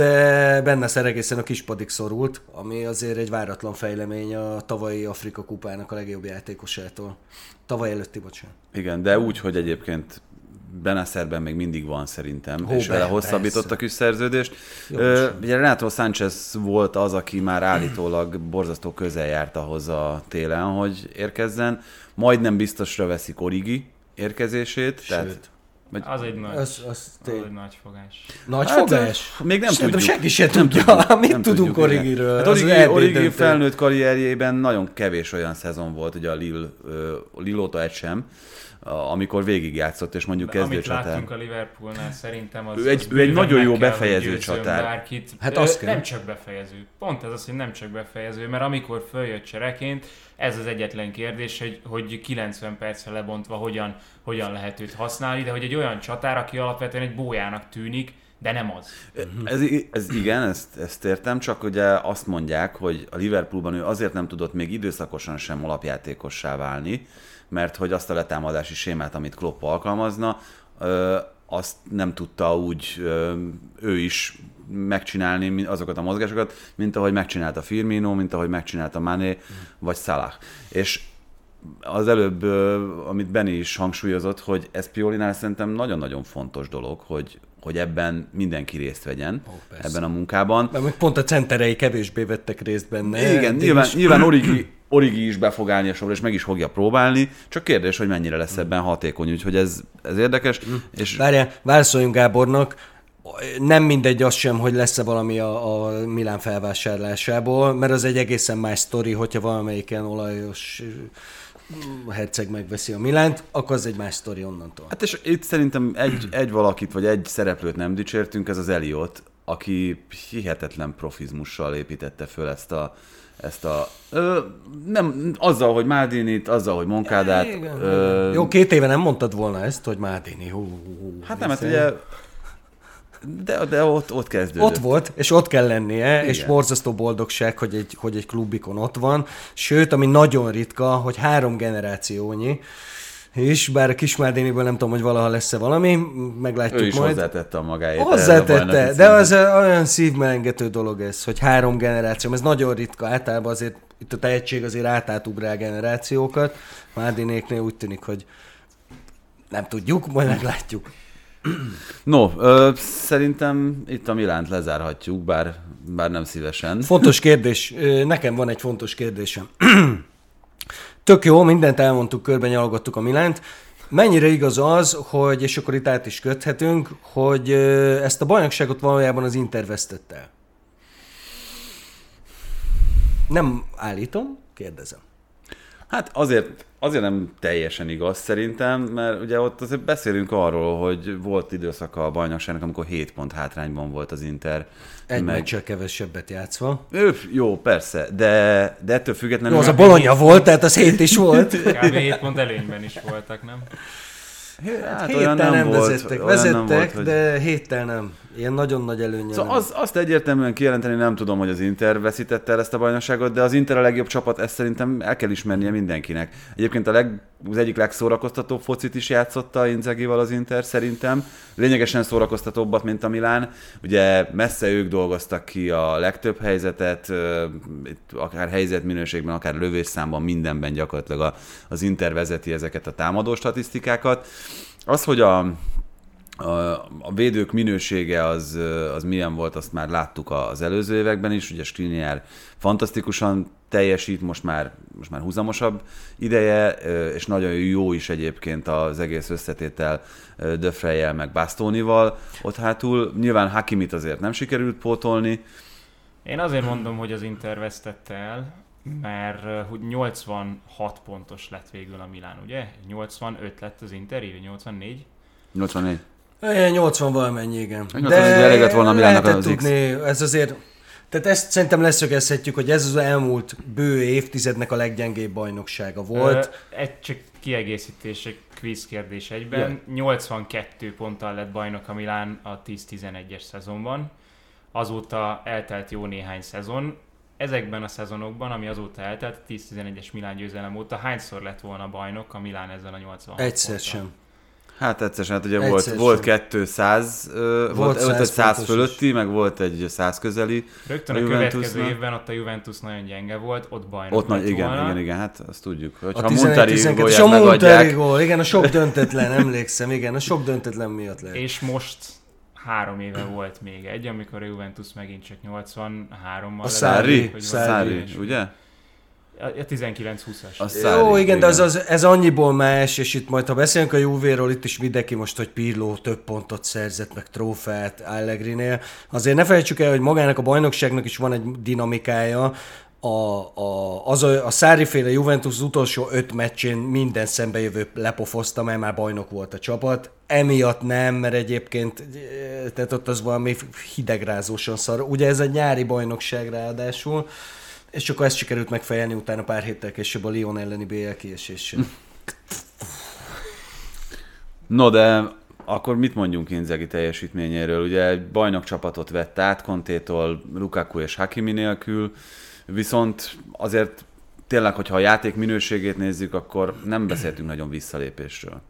[SPEAKER 6] de Bennacer egészen a kispadig szorult, ami azért egy váratlan fejlemény a tavalyi Afrika kupának a legjobb játékosától. Tavaly előtti, bocsánat.
[SPEAKER 5] Igen, de úgy, hogy egyébként Benacerben még mindig van szerintem,
[SPEAKER 6] Hó,
[SPEAKER 5] és vele
[SPEAKER 6] be,
[SPEAKER 5] hosszabbítottak is szerződést.
[SPEAKER 6] Jó,
[SPEAKER 5] Ö, ugye Renato Sánchez volt az, aki már állítólag borzasztó közel járt ahhoz a télen, hogy érkezzen. Majdnem biztosra veszik Origi érkezését.
[SPEAKER 6] Sőt.
[SPEAKER 5] Tehát, vagy,
[SPEAKER 7] Az egy nagy,
[SPEAKER 6] Az, az
[SPEAKER 7] az
[SPEAKER 6] tény.
[SPEAKER 7] egy nagy fogás.
[SPEAKER 6] Nagy
[SPEAKER 5] Hát,
[SPEAKER 6] fogás?
[SPEAKER 5] még nem
[SPEAKER 6] Szerintem
[SPEAKER 5] tudjuk.
[SPEAKER 6] senki se
[SPEAKER 5] Nem
[SPEAKER 6] tudja.
[SPEAKER 5] tudjuk.
[SPEAKER 6] Mit
[SPEAKER 5] Nem
[SPEAKER 6] tudunk
[SPEAKER 5] tudjuk, igen.
[SPEAKER 6] Origiről?
[SPEAKER 5] Hát
[SPEAKER 6] Az
[SPEAKER 5] Origi,
[SPEAKER 6] E B
[SPEAKER 5] Origi
[SPEAKER 6] döntő.
[SPEAKER 5] felnőtt karrierjében nagyon kevés olyan szezon volt, ugye a Lille, a Lille óta egy sem, amikor végigjátszott, és mondjuk
[SPEAKER 7] De amit
[SPEAKER 5] kezdőcsatár.
[SPEAKER 7] láttunk a Liverpoolnál, szerintem az...
[SPEAKER 5] Ő egy-
[SPEAKER 7] az
[SPEAKER 5] ő egy
[SPEAKER 7] bőven
[SPEAKER 5] nagyon jó
[SPEAKER 7] meg kell,
[SPEAKER 5] befejező
[SPEAKER 7] hogy győzzön
[SPEAKER 5] csatár.
[SPEAKER 7] Bárkit.
[SPEAKER 6] Hát
[SPEAKER 7] Ö,
[SPEAKER 6] azt kell.
[SPEAKER 7] Nem csak befejező. Pont ez az, hogy nem csak befejező, mert amikor följött csereként, ez az egyetlen kérdés, hogy, hogy kilencven percre lebontva hogyan, hogyan lehet őt használni, de hogy egy olyan csatár, aki alapvetően egy bójának tűnik, de nem az.
[SPEAKER 5] Ez, ez igen, ezt, ezt értem, csak ugye azt mondják, hogy a Liverpoolban ő azért nem tudott még időszakosan sem alapjátékossá válni, mert hogy azt a letámadási sémát, amit Klopp alkalmazna, ö, azt nem tudta úgy ö, ő is megcsinálni azokat a mozgásokat, mint ahogy megcsinálta Firmino, mint ahogy megcsinálta Mané, vagy Salah. És az előbb, amit Benni is hangsúlyozott, hogy ez Piolinál szerintem nagyon-nagyon fontos dolog, hogy, hogy ebben mindenki részt vegyen,
[SPEAKER 6] Ó,
[SPEAKER 5] oh,
[SPEAKER 6] persze.
[SPEAKER 5] ebben a munkában.
[SPEAKER 6] Mert még pont a centerei kevésbé vettek részt benne.
[SPEAKER 5] Igen,
[SPEAKER 6] Eddig
[SPEAKER 5] nyilván,
[SPEAKER 6] is.
[SPEAKER 5] nyilván Origi, Origi is be fog állni a sorra, és meg is fogja próbálni, csak kérdés, hogy mennyire lesz ebben hatékony, úgyhogy ez, ez érdekes. És
[SPEAKER 6] Várjál, válaszoljunk Gábornak. Nem mindegy az sem, hogy lesz-e valami a, a Milán felvásárlásából, mert az egy egészen más sztori, hogyha valamelyiken olajos herceg megveszi a Milánt, akkor az egy más sztori onnantól.
[SPEAKER 5] hát és itt szerintem egy, egy valakit, vagy egy szereplőt nem dicsértünk, ez az Elliot, aki hihetetlen profizmussal építette föl ezt a ezt a... Ö, nem, azzal, hogy Maldinit, azzal, hogy Moncadát...
[SPEAKER 6] Igen,
[SPEAKER 5] ö,
[SPEAKER 6] Jó, két éve nem mondtad volna ezt, hogy Maldini. Hú, hú, hú,
[SPEAKER 5] hát nem, hát
[SPEAKER 6] hiszen-
[SPEAKER 5] ugye... De, de ott, ott kezdődött.
[SPEAKER 6] Ott volt, és ott kell lennie,
[SPEAKER 5] Igen.
[SPEAKER 6] és borzasztó boldogság, hogy egy, hogy egy klubikon ott van. Sőt, ami nagyon ritka, hogy három generációnyi, és bár a Kismárdéniből nem tudom, hogy valaha lesz-e valami, meglátjuk
[SPEAKER 5] Ő is
[SPEAKER 6] majd.
[SPEAKER 5] hozzátette a magáét. ehhez a
[SPEAKER 6] Hozzátette,
[SPEAKER 5] bajnoki
[SPEAKER 6] de az
[SPEAKER 5] címhez.
[SPEAKER 6] olyan szívmelengető dolog ez, hogy három generáció, ez nagyon ritka, általában azért itt a tehetség azért átátugrál generációkat, Márdinéknél úgy tűnik, hogy nem tudjuk, majd meglátjuk.
[SPEAKER 5] No, ö, szerintem itt a Milánt lezárhatjuk, bár, bár nem szívesen.
[SPEAKER 6] Fontos kérdés, ö, nekem van egy fontos kérdésem. Tök jó, mindent elmondtuk, körben nyalogattuk a Milánt. Mennyire igaz az, hogy, és akkor itt át is köthetünk, hogy ö, ezt a bajnokságot valójában az Inter vesztette el? Nem állítom, kérdezem.
[SPEAKER 5] Hát azért, azért nem teljesen igaz szerintem, mert ugye ott azért beszélünk arról, hogy volt időszaka a bajnokságnak, amikor hét pont hátrányban volt az Inter.
[SPEAKER 6] Egy
[SPEAKER 5] meg...
[SPEAKER 6] meccsel kevesebbet játszva.
[SPEAKER 5] Ő, jó, persze, de, de ettől függetlenül...
[SPEAKER 6] Jó, az a Bologna volt, tehát az hét is volt.
[SPEAKER 7] Kb. hét pont előnyben is voltak, nem?
[SPEAKER 5] Hát
[SPEAKER 6] Héttel nem, nem
[SPEAKER 5] volt,
[SPEAKER 6] vezettek,
[SPEAKER 5] olyan
[SPEAKER 6] vezettek,
[SPEAKER 5] nem volt, hogy...
[SPEAKER 6] de héttel nem. Ilyen nagyon nagy előnye
[SPEAKER 5] Szóval
[SPEAKER 6] nem.
[SPEAKER 5] az, azt egyértelműen kijelenteni nem tudom, hogy az Inter veszítette el ezt a bajnokságot, de az Inter a legjobb csapat, ezt szerintem el kell ismernie mindenkinek. Egyébként a leg, az egyik legszórakoztatóbb focit is játszotta Inzagival az Inter szerintem. Lényegesen szórakoztatóbbat, mint a Milán. Ugye messze ők dolgoztak ki a legtöbb helyzetet, itt akár helyzetminőségben, akár lövésszámban, mindenben gyakorlatilag a, az Inter vezeti ezeket a támadó statisztikákat. Az, hogy a A, a védők minősége az, az milyen volt, azt már láttuk az előző években is, ugye Skriniar fantasztikusan teljesít, most már, most már húzamosabb ideje, és nagyon jó is egyébként az egész összetétel De Vrij-jel meg Bastonival ott hátul. Nyilván Hakimit azért nem sikerült pótolni.
[SPEAKER 7] Én azért mondom, hogy az Inter vesztette el, mert hogy nyolcvanhat pontos lett végül a Milán, ugye? nyolcvanöt lett az Inter, vagy nyolcvannégy?
[SPEAKER 5] nyolcvannégy.
[SPEAKER 6] nyolcvan valamennyi, igen.
[SPEAKER 5] nyolcvan elég lett volna a Milánnak
[SPEAKER 6] lehetett
[SPEAKER 5] az X.
[SPEAKER 6] tudni, ez azért, tehát ezt szerintem leszögezhetjük, hogy ez az elmúlt bő évtizednek a leggyengébb bajnoksága volt.
[SPEAKER 7] Ö, egy csak kiegészítés, egy quiz kérdés egyben. Yeah. nyolcvankettő ponttal lett bajnok a Milán a tíz tizenegyes szezonban. Azóta eltelt jó néhány szezon. ezekben a szezonokban, ami azóta eltelt, tíz-tizenegyes Milán győzelem óta hányszor lett volna bajnok a Milán ezzel a nyolcvanhat
[SPEAKER 6] Egyszer
[SPEAKER 7] ponttal?
[SPEAKER 6] sem.
[SPEAKER 5] Hát egyszer sem, hát ugye
[SPEAKER 6] Egyszer
[SPEAKER 5] volt,
[SPEAKER 6] sem.
[SPEAKER 5] volt kétszáz, volt, volt
[SPEAKER 6] száz
[SPEAKER 5] egy száz
[SPEAKER 6] pontos
[SPEAKER 5] fölötti,
[SPEAKER 6] is.
[SPEAKER 5] meg volt egy száz közeli.
[SPEAKER 7] Rögtön a, a következő évben ott a Juventus nagyon gyenge volt, ott bajnok
[SPEAKER 5] Ott nagy, igen,
[SPEAKER 7] volna.
[SPEAKER 5] igen, igen, hát azt tudjuk. Hogyha
[SPEAKER 6] A
[SPEAKER 5] a Montari
[SPEAKER 6] és
[SPEAKER 5] gólját
[SPEAKER 6] a Montari
[SPEAKER 5] megadják,
[SPEAKER 6] gól, igen, a sok döntetlen, emlékszem, igen, a sok döntetlen miatt lehet.
[SPEAKER 7] És most három éve volt még egy, amikor a Juventus megint csak nyolcvanhárommal
[SPEAKER 6] A
[SPEAKER 7] lett,
[SPEAKER 6] Sarri,
[SPEAKER 7] hogy
[SPEAKER 6] Sarri.
[SPEAKER 5] Szári, ugye?
[SPEAKER 7] A tizenkilenc húszas.
[SPEAKER 5] A Sarri,
[SPEAKER 6] Jó, igen, de az,
[SPEAKER 5] igen.
[SPEAKER 6] az, ez annyiból más, és itt majd, ha beszélünk a Juvéról, itt is mindenki most, hogy Pirlo több pontot szerzett, meg trófeát Allegrinél. Azért ne felejtsük el, hogy magának a bajnokságnak is van egy dinamikája. A, a, az a, a Sarri-féle Juventus az utolsó öt meccsén minden szembejövő lepofozta, mert már bajnok volt a csapat. Emiatt nem, mert egyébként tehát ott az valami hidegrázósan szar. Ugye ez egy nyári bajnokság ráadásul, és akkor ezt sikerült megfejelni utána pár héttel később a Lyon elleni bé el kieséssel.
[SPEAKER 5] No, de akkor mit mondjunk Inzaghi teljesítményéről? Ugye egy bajnok csapatot vett át Contétól, Lukaku és Hakimi nélkül, viszont azért tényleg, hogyha a játék minőségét nézzük, akkor nem beszéltünk nagyon visszalépésről.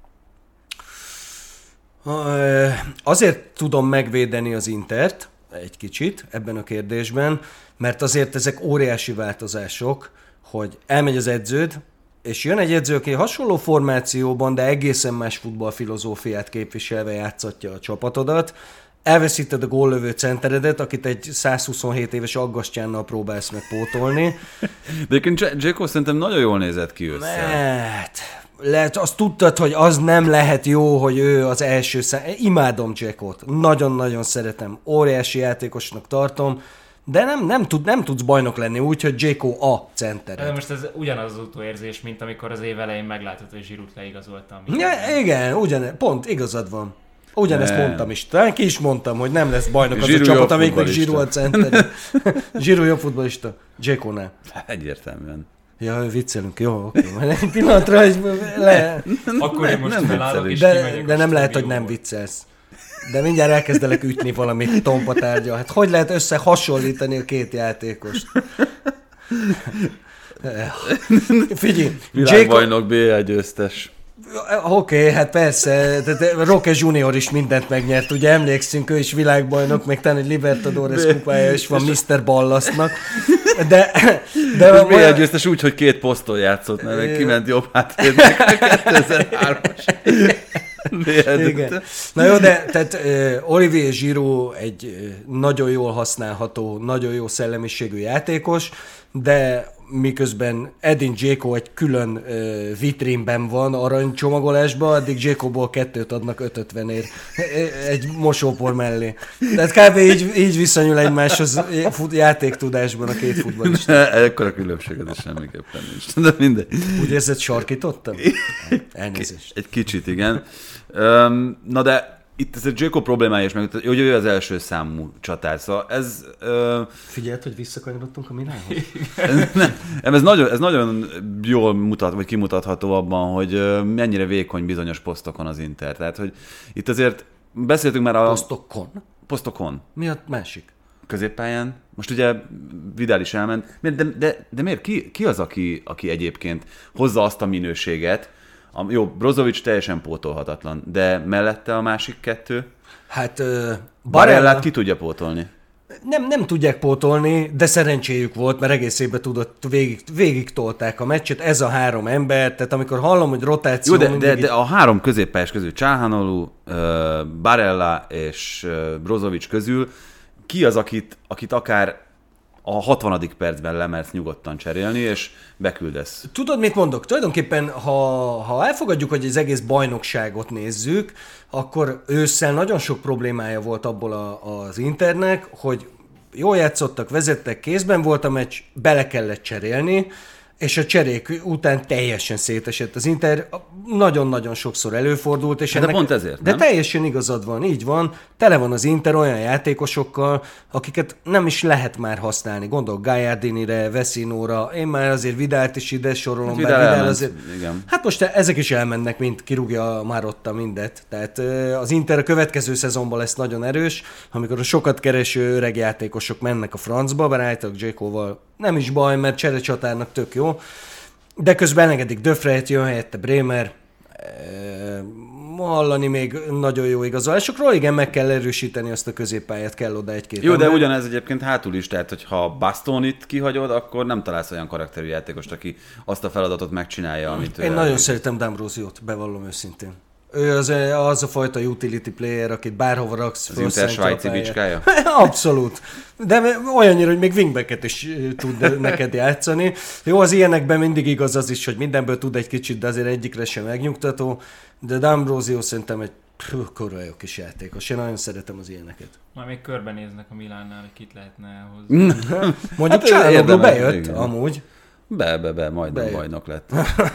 [SPEAKER 6] Azért tudom megvédeni az Intert egy kicsit ebben a kérdésben, mert azért ezek óriási változások, hogy elmegy az edződ, és jön egy edző, aki hasonló formációban, de egészen más futballfilozófiát képviselve játszatja a csapatodat, elveszíted a góllövő centeredet, akit egy százhuszonhét éves Aggastyánnal próbálsz megpótolni.
[SPEAKER 5] De egyébként Dzeko szerintem nagyon jól nézett ki össze.
[SPEAKER 6] Mert lehet, azt tudtad, hogy az nem lehet jó, hogy ő az első szám. Imádom Dzekót, nagyon-nagyon szeretem, óriási játékosnak tartom, de nem, nem, tud, nem tudsz bajnok lenni úgy, hogy Dzeko a center.
[SPEAKER 7] De most ez ugyanaz az utóérzés, mint amikor az év elején meglátod, hogy Giroud leigazolta.
[SPEAKER 6] Ja, igen, ugyan, pont, igazad van. Ugyanezt
[SPEAKER 5] Nem.
[SPEAKER 6] mondtam is. Talán ki is mondtam, hogy nem lesz bajnok az a
[SPEAKER 5] Giroud
[SPEAKER 6] csapat,
[SPEAKER 5] jobb
[SPEAKER 6] amelyik meg
[SPEAKER 5] futballista.
[SPEAKER 6] Giroud a center. Giroud jobb futballista. Dzeko nem.
[SPEAKER 5] Egyértelműen.
[SPEAKER 6] Ja, viccelünk, jó, oké. Majd egy pillanatra, hogy le...
[SPEAKER 7] Akkor én most
[SPEAKER 5] nem
[SPEAKER 7] felállok, és
[SPEAKER 6] De,
[SPEAKER 7] kimegyek
[SPEAKER 6] de
[SPEAKER 7] a
[SPEAKER 6] nem lehet, hogy nem
[SPEAKER 7] stúdióból.
[SPEAKER 6] viccelsz. De mindjárt elkezdelek ütni valami tompatárgyal. Hát hogy lehet összehasonlítani a két játékost? Figyelj, Dzeko...
[SPEAKER 5] Világbajnok bé el győztes.
[SPEAKER 6] Oké, okay, hát persze, tehát Roque Junior is mindent megnyert, ugye emlékszünk, ő is világbajnok, meg talán egy Libertadores kupája is van miszter Ballasznak, de... de
[SPEAKER 5] Most bé el győztes úgy, hogy két poszton játszott, mert kiment jobb hátrérnek a kétezer-hármas.
[SPEAKER 6] Igen. Na jó, de tehát uh, Olivier Giroud egy uh, nagyon jól használható, nagyon jó szellemiségű játékos, de miközben Edin Dzeko egy külön uh, vitrínben van aranycsomagolásban, addig Dzekoból kettőt adnak ötszázötvenért egy mosópor mellé. Tehát kb. így, így viszonyul egymáshoz játéktudásban a két futballista.
[SPEAKER 5] Ekkora különbség az is semmiképpen nincs. De mindegy.
[SPEAKER 6] Úgy érzed, sarkítottam? Elnézést.
[SPEAKER 5] Egy kicsit, igen. Um, na de itt ez a Dzeko problémája is, meg, hogy ő az első számú csatár, szóval ez... Uh,
[SPEAKER 6] Figyeld, hogy visszakanyarodtunk a Milánhoz?
[SPEAKER 5] nem, ez, nagyon, ez nagyon jól mutat, vagy kimutatható abban, hogy uh, mennyire vékony bizonyos posztokon az Inter. Tehát, hogy itt azért beszéltünk már a...
[SPEAKER 6] Posztokon?
[SPEAKER 5] Posztokon.
[SPEAKER 6] Mi a másik?
[SPEAKER 5] Középpályán. Most ugye Vidal is elment. De, de, de miért? Ki, ki az, aki, aki egyébként hozza azt a minőséget? A, jó, Brozovic teljesen pótolhatatlan, de mellette a másik kettő?
[SPEAKER 6] Hát uh,
[SPEAKER 5] Barellát
[SPEAKER 6] Barella
[SPEAKER 5] ki tudja pótolni?
[SPEAKER 6] nem, nem tudják pótolni, de szerencséjük volt, mert egész évben tudott, végig, végig tolták a meccset. Ez a három ember, tehát amikor hallom, hogy rotáció...
[SPEAKER 5] Jó, de, de,
[SPEAKER 6] mindig...
[SPEAKER 5] de a három középpályás közül, Calhanoglu, uh, Barella és uh, Brozovic közül ki az, akit, akit akár a hatvanadik percben lemersz nyugodtan cserélni, és beküldesz?
[SPEAKER 6] Tudod, mit mondok? Tulajdonképpen, ha, ha elfogadjuk, hogy az egész bajnokságot nézzük, akkor ősszel nagyon sok problémája volt abból a, az Internek, hogy jól játszottak, vezettek, kézben volt a meccs, bele kellett cserélni, és a cserék után teljesen szétesett az Inter, nagyon-nagyon sokszor előfordult. És
[SPEAKER 5] de
[SPEAKER 6] ennek,
[SPEAKER 5] pont ezért,
[SPEAKER 6] De
[SPEAKER 5] nem?
[SPEAKER 6] teljesen igazad van, így van. Tele van az Inter olyan játékosokkal, akiket nem is lehet már használni. Gondolok Gagliardinire, Vessinóra, én már azért Vidált is ide sorolom.
[SPEAKER 5] Vidal
[SPEAKER 6] bár Vidal
[SPEAKER 5] elment,
[SPEAKER 6] azért...
[SPEAKER 5] igen.
[SPEAKER 6] Hát most ezek is elmennek, mint kirúgja Marotta mindet. Tehát az Inter a következő szezonban lesz nagyon erős, amikor a sokat kereső öreg játékosok mennek a francba, bár állítólag Dzekóval nem is baj, mert cserecsatárnak tök jó, de közben engedik Döfrejt, jön helyette Bremer, hallani még nagyon jó igazolásokról, igen, meg kell erősíteni azt a középpályát, kell oda egy-két
[SPEAKER 5] Jó,
[SPEAKER 6] ember.
[SPEAKER 5] de ugyanez egyébként hátul is, tehát hogyha Bastonit kihagyod, akkor nem találsz olyan karakterű játékost, aki azt a feladatot megcsinálja, amit ő
[SPEAKER 6] Én nagyon
[SPEAKER 5] elvégez.
[SPEAKER 6] szeretem D'Ambrosiót, bevallom őszintén. Ő az, az a fajta utility player, akit bárhova raksz.
[SPEAKER 5] Az Inter svájci bicskája?
[SPEAKER 6] Abszolút. De olyannyira, hogy még wingbacket is tud neked játszani. Jó, az ilyenekben mindig igaz az is, hogy mindenből tud egy kicsit, de azért egyikre sem megnyugtató. De D'Ambrosio szerintem egy kurva jó kis játékos. Én nagyon szeretem az ilyeneket.
[SPEAKER 7] Már még körbenéznek a Milánnál, hogy kit lehetne elhozni.
[SPEAKER 6] Mondjuk
[SPEAKER 5] Hát
[SPEAKER 6] Csálloglu
[SPEAKER 5] érdemes,
[SPEAKER 6] bejött,
[SPEAKER 5] igen.
[SPEAKER 6] amúgy.
[SPEAKER 5] Be, be, be, majdnem
[SPEAKER 6] Bejött.
[SPEAKER 5] bajnok lett.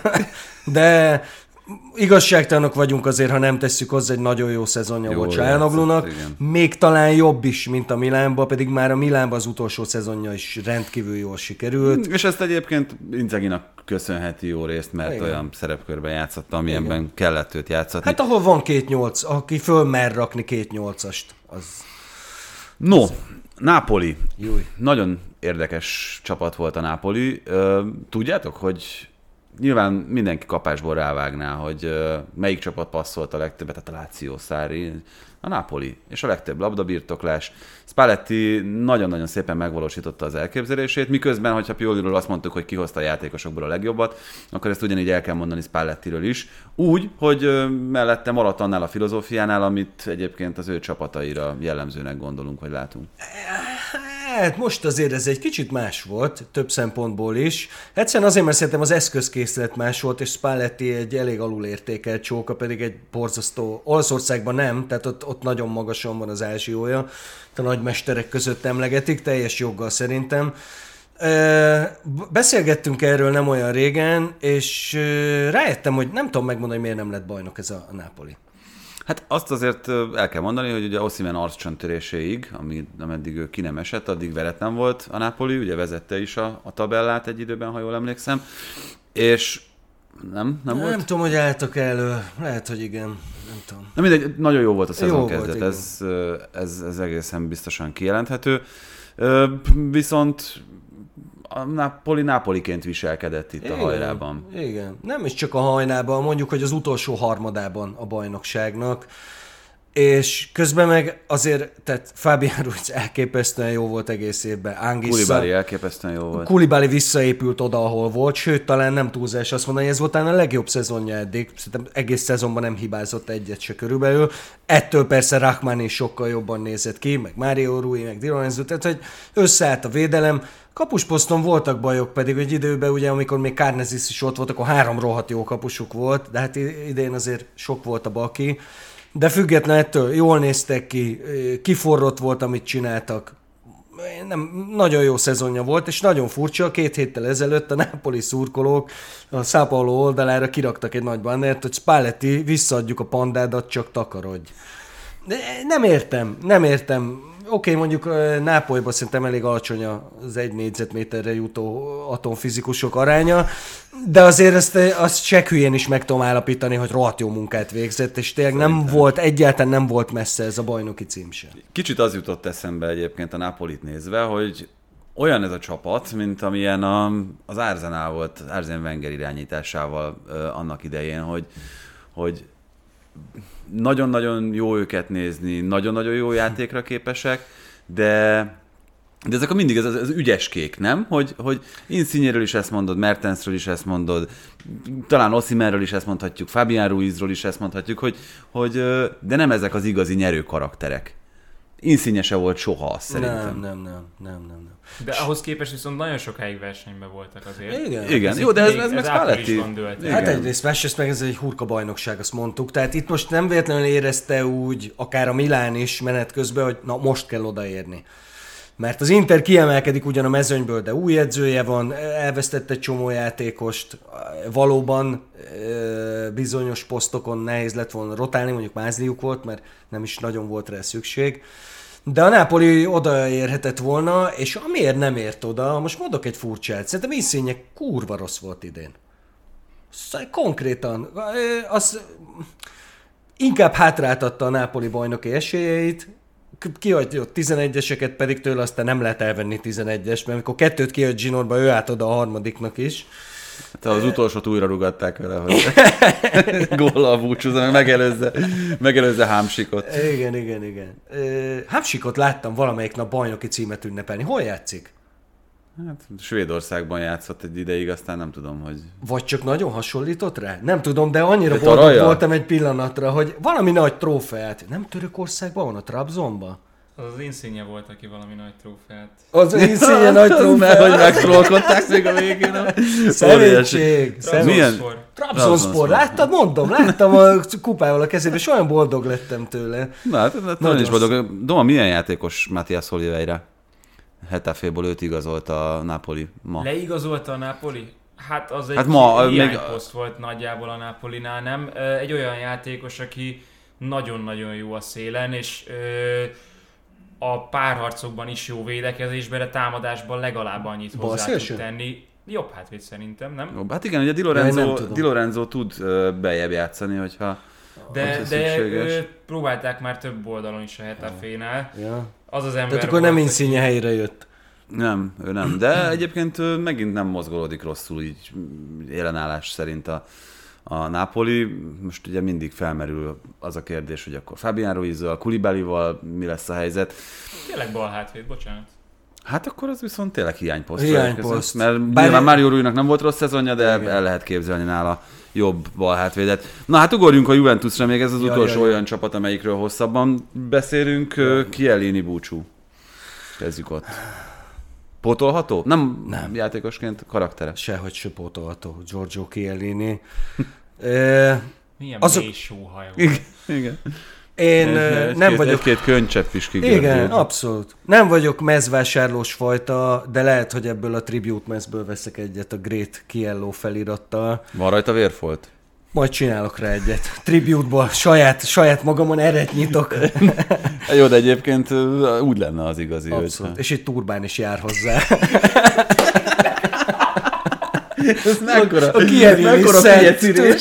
[SPEAKER 6] De igazságtalanok vagyunk azért, ha nem tesszük hozzá, egy nagyon jó szezonja
[SPEAKER 5] Jó
[SPEAKER 6] volt
[SPEAKER 5] játszott,
[SPEAKER 6] Csálloglunak.
[SPEAKER 5] igen.
[SPEAKER 6] Még talán jobb is, mint a Milánban, pedig már a Milánban az utolsó szezonja is rendkívül jól sikerült.
[SPEAKER 5] És ezt egyébként Inzaginak köszönheti jó részt, mert
[SPEAKER 6] Igen.
[SPEAKER 5] olyan szerepkörben játszott, amilyenben kellett őt játszatni.
[SPEAKER 6] Hát ahol van két nyolc, aki föl mer rakni két nyolcast, az
[SPEAKER 5] No, Napoli.
[SPEAKER 6] Júj.
[SPEAKER 5] Nagyon érdekes csapat volt a Napoli. Ö, Tudjátok, hogy nyilván mindenki kapásból rávágná, hogy ö, melyik csapat passzolt a legtöbbet, tehát a Lazio, Sarri, a Napoli, és a legtöbb labdabirtoklás. Spalletti nagyon-nagyon szépen megvalósította az elképzelését, miközben, hogyha Pioliról azt mondtuk, hogy kihozta a játékosokból a legjobbat, akkor ezt ugyanígy el kell mondani Spallettiről is. Úgy, hogy ö, mellette maradt annál a filozófiánál, amit egyébként az ő csapataira jellemzőnek gondolunk, vagy látunk.
[SPEAKER 6] Hát most azért ez egy kicsit más volt, több szempontból is. Egyszerűen azért, mert szerintem az eszközkészlet más volt, és Spalletti egy elég alulértékelt csóka, pedig egy borzasztó. Olaszországban nem, tehát ott, ott nagyon magasan van az ázsiója. A nagymesterek között emlegetik, teljes joggal szerintem. Beszélgettünk erről nem olyan régen, és rájöttem, hogy nem tudom megmondani, hogy miért nem lett bajnok ez a Napoli.
[SPEAKER 5] Hát azt azért el kell mondani, hogy ugye Osimhen arccsontöréséig, ami, ameddig ő ki nem esett, addig veretlen volt a Napoli, ugye vezette is a, a tabellát egy időben, ha jól emlékszem, és nem, nem volt?
[SPEAKER 6] Nem tudom, hogy álltak elő, lehet, hogy igen, nem tudom.
[SPEAKER 5] Na mindegy, nagyon jó volt a szezon
[SPEAKER 6] Jó
[SPEAKER 5] kezdet,
[SPEAKER 6] volt,
[SPEAKER 5] ez, ez, ez egészen biztosan kijelenthető. Viszont a Napoli Napoliként viselkedett itt
[SPEAKER 6] Igen,
[SPEAKER 5] a hajrában.
[SPEAKER 6] Igen, nem is csak a hajnában, mondjuk, hogy az utolsó harmadában a bajnokságnak, és közben meg azért, tehát Fabián Ruiz elképesztően jó volt egész évben. Anguissa,
[SPEAKER 5] Koulibaly elképesztően jó volt.
[SPEAKER 6] Koulibaly visszaépült oda, ahol volt, sőt, talán nem túlzás azt mondani, hogy ez volt talán a legjobb szezonja eddig. Szerintem egész szezonban nem hibázott egyet se körülbelül. Ettől persze Rahman is sokkal jobban nézett ki, meg Mario Rui, meg Di Lorenzo, tehát hogy összeállt a védelem. Kapusposzton voltak bajok, pedig egy időben, ugye, amikor még Karnezis is ott volt, akkor három rohadt jó kapusuk volt, de hát idén azért sok volt a baki. De független ettől jól néztek ki, kiforrott volt, amit csináltak. Nem, nagyon jó szezonja volt, és nagyon furcsa, két héttel ezelőtt a nápoli szurkolók a São Paulo oldalára kiraktak egy nagy bannert, hogy Spalletti, visszaadjuk a pandádat, csak takarodj. De nem értem, nem értem. Oké, okay, mondjuk Nápolyban szerintem elég alacsony az egy négyzetméterre jutó atomfizikusok aránya, de azért ezt, azt se hülyén is meg tudom állapítani, hogy rohadt jó munkát végzett, és tényleg nem volt, egyáltalán nem volt messze ez a bajnoki cím sem. Kicsit
[SPEAKER 5] az jutott eszembe egyébként a Napolit nézve, hogy olyan ez a csapat, mint amilyen a, az Arsenal volt, Arsene Wenger irányításával uh, annak idején, hogy, hogy nagyon-nagyon jó őket nézni, nagyon-nagyon jó játékra képesek, de, de ezek a mindig az, az ügyeskék, nem? Hogy, hogy Insignéről is ezt mondod, Mertensről is ezt mondod, talán Osimhenről is ezt mondhatjuk, Fabián Ruizról is ezt mondhatjuk, hogy, hogy, de nem ezek az igazi nyerő karakterek. Insigne se volt soha, azt szerintem.
[SPEAKER 6] Nem, nem, nem, nem, nem, nem.
[SPEAKER 7] De ahhoz képest viszont nagyon sokáig versenyben voltak azért.
[SPEAKER 6] Igen.
[SPEAKER 5] Igen, jó, de ez, ez meg Spalletti.
[SPEAKER 6] Hát egyrészt, másrészt meg ez egy hurka bajnokság, azt mondtuk. Tehát itt most nem véletlenül érezte úgy, akár a Milán is menet közben, hogy na most kell odaérni. Mert az Inter kiemelkedik ugyan a mezőnyből, de új edzője van, elvesztette egy csomó játékost, valóban bizonyos posztokon nehéz lett volna rotálni, mondjuk Mázliuk volt, mert nem is nagyon volt rá szükség. De a Napoli odaérhetett volna, és amiért nem ért oda, most mondok egy furcsát, szerintem Insigne kurva rossz volt idén. Konkrétan, az inkább hátráltatta a Napoli bajnoki esélyeit, kihagyott tizenegyeseket, pedig tőle aztán nem lehet elvenni tizenegyes, mert amikor kettőt kihagy zsinórba, ő átad a harmadiknak is.
[SPEAKER 5] Hát az utolsót újra rugatták vele, hogy góllal búcsúzza, meg megelőzze, megelőzze Hámsikot.
[SPEAKER 6] Igen, igen, igen. Hámsikot láttam valamelyik nap bajnoki címet ünnepelni. Hol játszik?
[SPEAKER 5] Hát Svédországban játszott egy ideig, aztán nem tudom, hogy...
[SPEAKER 6] Vagy csak nagyon hasonlított rá? Nem tudom, de annyira
[SPEAKER 5] de
[SPEAKER 6] boldog
[SPEAKER 5] Taralja?
[SPEAKER 6] voltam egy pillanatra, hogy valami nagy trófeát. Nem Törökországban van, a Trabzonban?
[SPEAKER 7] Az az Insigne volt, aki valami nagy trófeát.
[SPEAKER 6] Az Insigne nagy
[SPEAKER 5] Mert
[SPEAKER 6] trófeát.
[SPEAKER 5] hogy megtrollkodták még a végén. a-
[SPEAKER 6] Szerénység.
[SPEAKER 5] Milyen?
[SPEAKER 6] Trabzonspor. Láttad? Mondom, láttam a kupával a kezében, és olyan boldog lettem tőle.
[SPEAKER 5] Na, hát, hát nagyon is boldog. Doma, milyen játékos Matías Oliveira? Hetaféból őt igazolta a Napoli ma.
[SPEAKER 7] Leigazolta a Napoli? Hát az egy
[SPEAKER 5] Hát ma,
[SPEAKER 7] hiányposzt még... volt nagyjából a Napolinál, nem? Egy olyan játékos, aki nagyon-nagyon jó a szélen, és ö, a párharcokban is jó védekezésben, de támadásban legalább annyit
[SPEAKER 6] Bal
[SPEAKER 7] hozzá
[SPEAKER 6] szélső?
[SPEAKER 7] tud tenni. Jobb hátvéd szerintem, nem?
[SPEAKER 5] Jobb. Hát igen, ugye Di Lorenzo,
[SPEAKER 6] Ja,
[SPEAKER 5] Di Lorenzo tud uh, bejjebb játszani, hogyha,
[SPEAKER 7] De,
[SPEAKER 5] hogyha
[SPEAKER 7] de
[SPEAKER 5] szükséges.
[SPEAKER 7] ö, próbálták már több oldalon is a Hetafénál.
[SPEAKER 6] Ja.
[SPEAKER 7] Az az ember
[SPEAKER 6] Tehát akkor nem Insigne helyre jött.
[SPEAKER 5] Nem, ő nem. De egyébként ő megint nem mozgolódik rosszul így jelenállás szerint a, a Napoli. Most ugye mindig felmerül az a kérdés, hogy akkor Fabián Ruizzal, Koulibalyval mi lesz a helyzet.
[SPEAKER 7] Tényleg bal hátvéd, bocsánat.
[SPEAKER 5] Hát akkor az viszont tényleg hiányposzt.
[SPEAKER 6] Hiányposzt.
[SPEAKER 5] Mert
[SPEAKER 6] Bár-
[SPEAKER 5] nyilván Mário Ruinak nem volt rossz szezonja, de
[SPEAKER 6] Igen.
[SPEAKER 5] el lehet képzelni nála jobb balhátvédet. Na hát ugorjunk a Juventusra, még ez az
[SPEAKER 6] Ja,
[SPEAKER 5] utolsó
[SPEAKER 6] ja, ja.
[SPEAKER 5] olyan csapat, amelyikről hosszabban beszélünk. Ja. Chiellini búcsú. Kezdjük ott. Pótolható? Nem, nem. Játékosként, karaktere.
[SPEAKER 6] Sehogy se pótolható. Giorgio Chiellini. e,
[SPEAKER 7] Milyen
[SPEAKER 6] Azok-
[SPEAKER 7] mély sóhaj volt.
[SPEAKER 5] Igen. Igen.
[SPEAKER 6] én e,
[SPEAKER 5] Egy-
[SPEAKER 6] nem
[SPEAKER 5] egy-
[SPEAKER 6] vagyok...
[SPEAKER 5] Egy-két könycsepp is kigördült.
[SPEAKER 6] Igen, abszolút. Nem vagyok mezvásárlós fajta, de lehet, hogy ebből a tribute mezből veszek egyet a Great Chiello felirattal.
[SPEAKER 5] Van rajta vérfolt?
[SPEAKER 6] Majd csinálok rá egyet. Tribute-ból saját, saját magamon eret nyitok.
[SPEAKER 5] Jó, de egyébként ö, úgy lenne az igazi.
[SPEAKER 6] Abszolút.
[SPEAKER 5] Hogyha...
[SPEAKER 6] És egy turbán is jár hozzá.
[SPEAKER 5] Ez mekkora,
[SPEAKER 6] A Chiellini
[SPEAKER 5] mekkora
[SPEAKER 6] szent.
[SPEAKER 5] piacirés.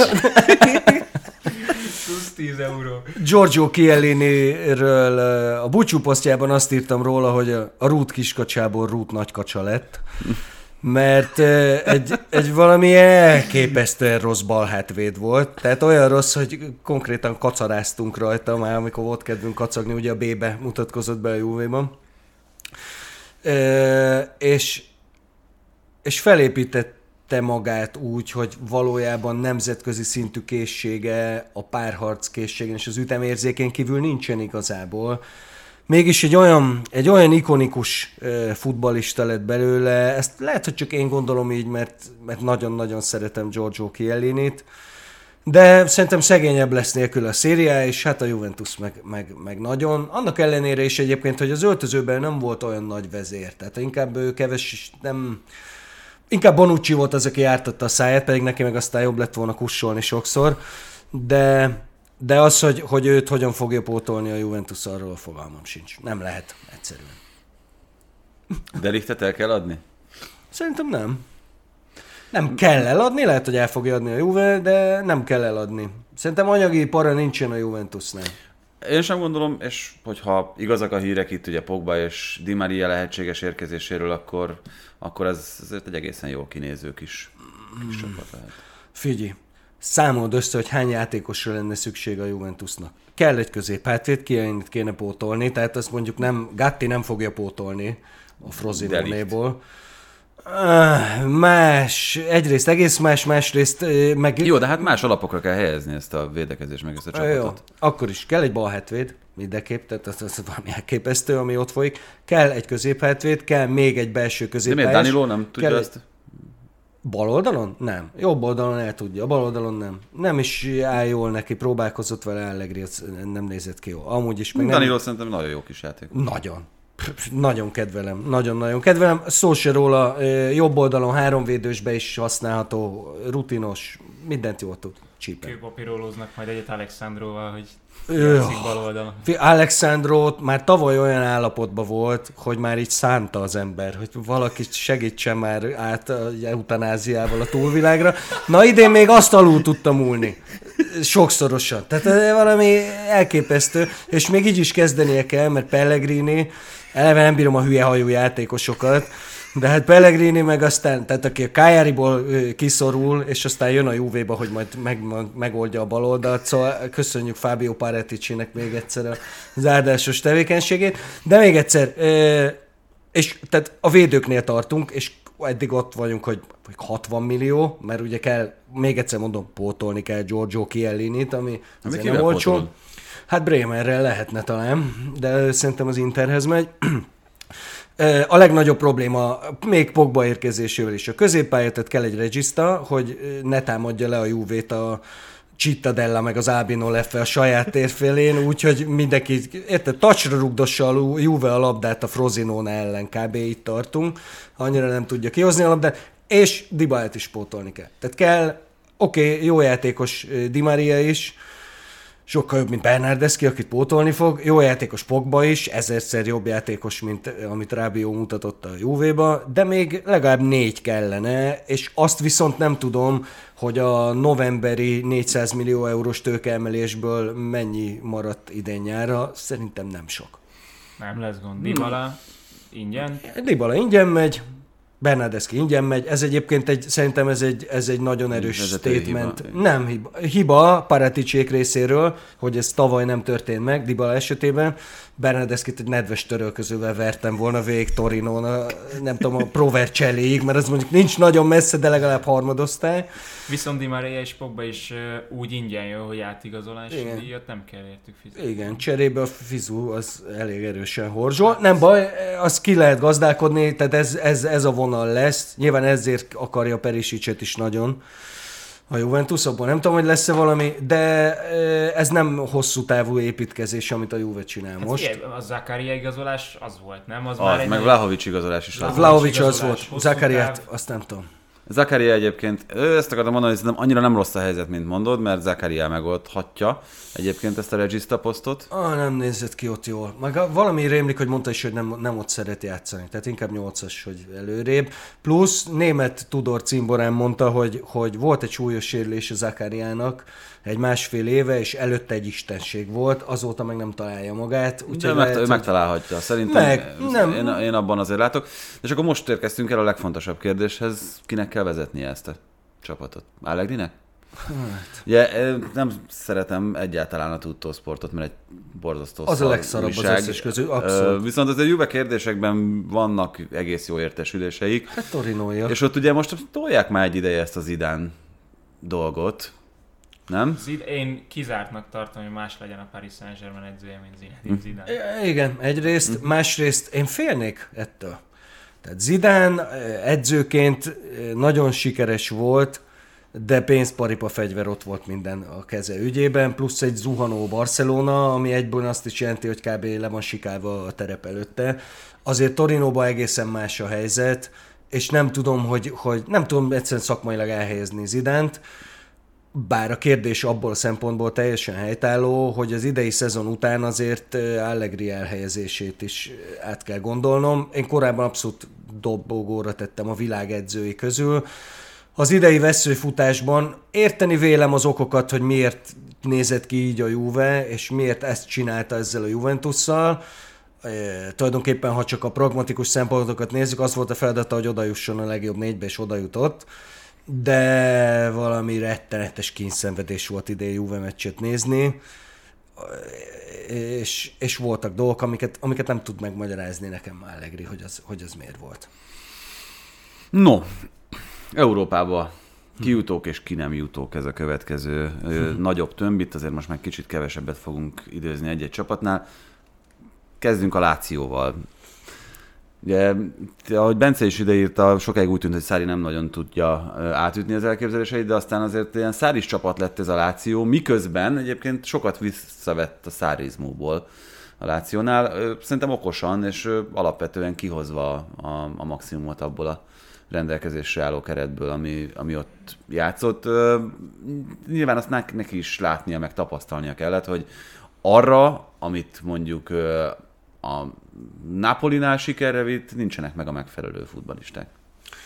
[SPEAKER 7] Plusz tíz euró.
[SPEAKER 6] Giorgio Chielliniről a búcsú posztjában azt írtam róla, hogy a, a Rút kiskacsából Rút nagykacsa lett, mert eh, egy, egy valami elképesztően rossz balhátvéd volt, tehát olyan rossz, hogy konkrétan kacaráztunk rajta már, amikor volt kedvünk kacagni, ugye a B-be mutatkozott be a Juve-ban. Eh, és, és felépített magát úgy, hogy valójában nemzetközi szintű készsége, a párharc készségen és az ütemérzékén kívül nincsen igazából. Mégis egy olyan, egy olyan ikonikus futballista lett belőle, ezt lehet, hogy csak én gondolom így, mert, mert nagyon-nagyon szeretem Giorgio Chiellinit, de szerintem szegényebb lesz nélkül a szériá, és hát a Juventus meg, meg, meg nagyon. Annak ellenére is egyébként, hogy az öltözőben nem volt olyan nagy vezér, tehát inkább ő keves, nem... Inkább Bonucci volt az, aki jártatta a száját, pedig neki meg aztán jobb lett volna kussolni sokszor, de, de az, hogy, hogy őt hogyan fogja pótolni a Juventus, arról a fogalmam sincs. Nem lehet, egyszerűen.
[SPEAKER 5] De Lichtet el kell adni?
[SPEAKER 6] Szerintem nem. Nem kell eladni, lehet, hogy el fogja adni a Juve, de nem kell eladni. Szerintem anyagi para nincsen a Juventusnál.
[SPEAKER 5] Én sem gondolom, és hogyha igazak a hírek itt ugye Pogba és Di Maria lehetséges érkezéséről, akkor, akkor ez azért egy egészen jó kinéző kis, kis csapat lehet.
[SPEAKER 6] Figyelj, számold össze, hogy hány játékosra lenne szükség a Juventusnak. Kell egy középhátvéd, Chiellinit kéne pótolni, tehát azt mondjuk nem, Gatti nem fogja pótolni a Frozinonéból. Más, egyrészt egész más, másrészt meg...
[SPEAKER 5] Jó, de hát más alapokra kell helyezni ezt a védekezést, meg ezt a
[SPEAKER 6] Jó,
[SPEAKER 5] csapatot.
[SPEAKER 6] akkor is kell egy balhátvéd, mindenképp, tehát az, az valami elképesztő, ami ott folyik. Kell egy középhátvéd, kell még egy belső
[SPEAKER 5] De
[SPEAKER 6] középpályás.
[SPEAKER 5] miért Danilo nem tudja
[SPEAKER 6] kell
[SPEAKER 5] ezt?
[SPEAKER 6] Bal oldalon? Nem. Jobb oldalon el tudja, a bal oldalon nem. Nem is áll jól neki, próbálkozott vele Allegri, az nem nézett ki jó. Amúgy is meg nem...
[SPEAKER 5] Danilo szerintem nagyon jó kis játék.
[SPEAKER 6] Nagyon. Nagyon kedvelem, nagyon-nagyon kedvelem. Szó se róla, jobb oldalon háromvédősbe is használható, rutinos, mindent jól tud csípelni.
[SPEAKER 7] Kőpapírolóznak majd egyet Alexandróval, hogy
[SPEAKER 6] Öh.
[SPEAKER 7] játszik bal oldalon.
[SPEAKER 6] Alexandrót már tavaly olyan állapotban volt, hogy már így szánta az ember, hogy valaki segítsen már át a eutanáziával a túlvilágra. Na idén még azt alul tudta múlni. sokszorosan. Tehát valami elképesztő, és még így is kezdenie kell, mert Pellegrini, eleve nem bírom a hülye hajú játékosokat, de hát Pellegrini meg aztán, tehát aki a Cagliariból kiszorul, és aztán jön a Juvéba, hogy majd meg, megoldja a baloldalt, szóval köszönjük Fábio Pareticsinek még egyszer az áldásos tevékenységét, de még egyszer, és tehát a védőknél tartunk, és eddig ott vagyunk, hogy hatvan millió, mert ugye kell, még egyszer mondom, pótolni kell Giorgio Chiellinit, ami azért nem olcsó. Hát Bremerrel lehetne talán, de szerintem az Interhez megy. A legnagyobb probléma még Pogba érkezésével is a középpálya, tehát kell egy regista, hogy ne támadja le a Juvét a Cittadella meg az Albino Leffe a saját térfélén, úgyhogy mindenki, érted, touchra rugdossa a Juve a labdát a Frosinone ellen, kb. Itt tartunk, annyira nem tudja kihozni a labdát, és Dybalát is pótolni kell. Tehát kell, oké, okay, jó játékos Di Maria is, sokkal jobb, mint Bernardeschi, akit pótolni fog. Jó játékos Pogba is, ezerszer jobb játékos, mint amit Rabiot mutatott a Juvéba, de még legalább négy kellene, és azt viszont nem tudom, hogy a novemberi négyszáz millió eurós tőkeemelésből mennyi maradt idén nyárra. Szerintem nem sok.
[SPEAKER 7] Nem lesz gond. Dybala ingyen?
[SPEAKER 6] Dybala ingyen megy, Bernardeschi ingyen megy, ez egyébként egy, szerintem ez egy, ez egy nagyon erős statement. Hiba. Nem hiba. Hiba Pareticsék részéről, hogy ez tavaly nem történt meg, Dybala esetében. Bernardeschit egy nedves törölközővel vertem volna végig Torinón, a, nem tudom, a Pro Vercelléig, mert az mondjuk nincs nagyon messze, de legalább harmadosztály.
[SPEAKER 7] Viszont Di Maria és Pogba is uh, úgy ingyen jön, hogy átigazolási díjat nem kell értük fizetni.
[SPEAKER 6] Igen, cserébe a fizu az elég erősen horzsol. Nem baj, az ki lehet gazdálkodni, tehát ez, ez, ez a vonal lesz. Nyilván ezért akarja Perisicet is nagyon a Juventus, abban nem tudom, hogy lesz-e valami, de ez nem hosszú távú építkezés, amit a Juve csinál
[SPEAKER 7] hát
[SPEAKER 6] most.
[SPEAKER 7] Figyelj, a Zakaria igazolás az volt, nem? Az,
[SPEAKER 5] az
[SPEAKER 7] már egy
[SPEAKER 5] meg Vlahovic igazolás is az.
[SPEAKER 6] Vlahovic az volt, Zakariát azt nem tudom.
[SPEAKER 5] Zakaria egyébként, ezt akartam mondani, hogy annyira nem rossz a helyzet, mint mondod, mert Zakaria megoldhatja egyébként ezt a regista posztot.
[SPEAKER 6] Ah, nem nézett ki ott jól. Meg valami rémlik, hogy mondta is, hogy nem, nem ott szeret játszani. Tehát inkább nyolcas, hogy előrébb. Plusz német Tudor cimborán mondta, hogy, hogy volt egy súlyos sérülés a Zakariának egy másfél éve, és előtte egy istenség volt, azóta meg nem találja magát.
[SPEAKER 5] De meg, lehet, ő megtalálhatja. Szerintem meg, nem. Én, én abban azért látok. És akkor most érkeztünk el a legfontosabb kérdéshez. Kinek kell vezetnie ezt a csapatot? Allegrinek? Hát. Ugye, nem szeretem egyáltalán a Tuttosportot, mert egy borzasztó
[SPEAKER 6] az a legszarabb újság. Az összes közül, abszolút.
[SPEAKER 5] Viszont azért Juve kérdésekben vannak egész jó értesüléseik.
[SPEAKER 6] Hát Torinója.
[SPEAKER 5] És ott ugye most tolják már egy ideje ezt a Zidane dolgot. Nem?
[SPEAKER 7] Zid, én kizártnak tartom, hogy más legyen a Paris Saint-Germain edzője, mint Zidane.
[SPEAKER 6] I- igen, egyrészt, mm. másrészt én félnék ettől. Tehát Zidane edzőként nagyon sikeres volt, de pénzparipa fegyver ott volt minden a keze ügyében, plusz egy zuhanó Barcelona, ami egyből azt is jelenti, hogy kb. Le van sikálva a terep előtte. Azért Torinóban egészen más a helyzet, és nem tudom, hogy, hogy nem tudom egyszerűen szakmailag elhelyezni Zidant, bár a kérdés abból a szempontból teljesen helytálló, hogy az idei szezon után azért Allegri elhelyezését is át kell gondolnom. Én korábban abszolút dobogóra tettem a világ edzői közül. Az idei vesszőfutásban érteni vélem az okokat, hogy miért nézett ki így a Juve, és miért ezt csinálta ezzel a Juventusszal. E, tulajdonképpen, ha csak a pragmatikus szempontokat nézzük, az volt a feladata, hogy odajusson a legjobb négybe, és odajutott. De valami rettenetes kényszenvedés volt idén Juve meccset nézni, és, és voltak dolgok, amiket, amiket nem tud megmagyarázni nekem Allegri, hogy az, hogy az miért volt.
[SPEAKER 5] No, Európában ki jutók és ki nem jutók, ez a következő hm. nagyobb tömb, itt azért most már kicsit kevesebbet fogunk időzni egy-egy csapatnál. Kezdünk a Lációval. Ugye, ahogy Bence is ideírta, sokáig úgy tűnt, hogy Sarri nem nagyon tudja átütni az elképzeléseit, de aztán azért ilyen Sarris csapat lett ez a Láció, miközben egyébként sokat visszavett a sarrizmóból a Lációnál. Szerintem okosan, és alapvetően kihozva a, a maximumot abból a rendelkezésre álló keretből, ami, ami ott játszott. Nyilván azt neki is látnia, meg tapasztalnia kellett, hogy arra, amit mondjuk a Napolinál sikerre vitt, nincsenek meg a megfelelő futballisták.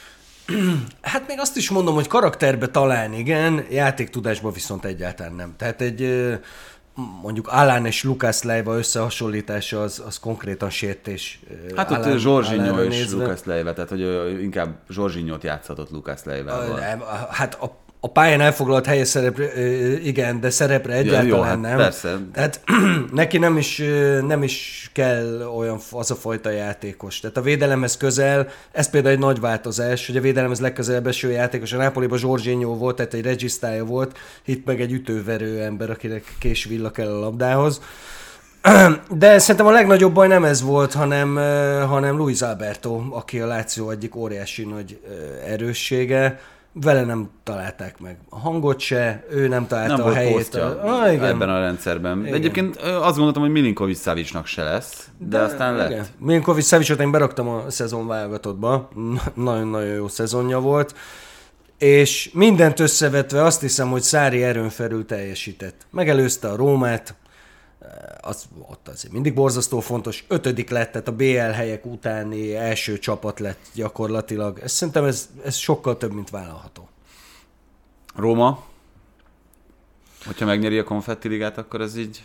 [SPEAKER 6] Hát még azt is mondom, hogy karakterbe talán igen, játéktudásban viszont egyáltalán nem. Tehát egy mondjuk Alan és Lucas Leiva összehasonlítása az, az konkrétan sértés.
[SPEAKER 5] Hát
[SPEAKER 6] Alan,
[SPEAKER 5] ott Jorginho és Lucas Leiva, tehát hogy inkább Jorginhót játszhatott Lucas Leivával.
[SPEAKER 6] Hát a A pályán elfoglalt helyes szerepre, igen, de szerepre egyáltalán
[SPEAKER 5] jó, hát
[SPEAKER 6] nem.
[SPEAKER 5] Persze.
[SPEAKER 6] Tehát neki nem is, nem is kell olyan az a fajta játékos. Tehát a védelemhez közel, ez például egy nagy változás, hogy a védelemhez legközelebb eső játékos. A Napoliban Jorginho volt, tehát egy regisztrája volt, itt meg egy ütőverő ember, akinek késvilla kell a labdához. De szerintem a legnagyobb baj nem ez volt, hanem, hanem Luis Alberto, aki a Lazio egyik óriási nagy erőssége. Vele nem találták meg a hangot se, ő nem találta
[SPEAKER 5] nem
[SPEAKER 6] a helyét.
[SPEAKER 5] A,
[SPEAKER 6] ah, igen.
[SPEAKER 5] ebben a rendszerben. De egyébként azt gondoltam, hogy Milinković-Savicnak se lesz, de, de aztán igen. lett.
[SPEAKER 6] Milinković-Savicot én beraktam a szezon válogatottba, nagyon-nagyon jó szezonja volt, és mindent összevetve azt hiszem, hogy Sarri erőn felül teljesített. Megelőzte a Rómát, az ott azért mindig borzasztó fontos, ötödik lett, tehát a bé el helyek utáni első csapat lett gyakorlatilag. Ez, szerintem ez, ez sokkal több, mint vállalható.
[SPEAKER 5] Róma, hogyha megnyeri a Konfetti Ligát, akkor ez így...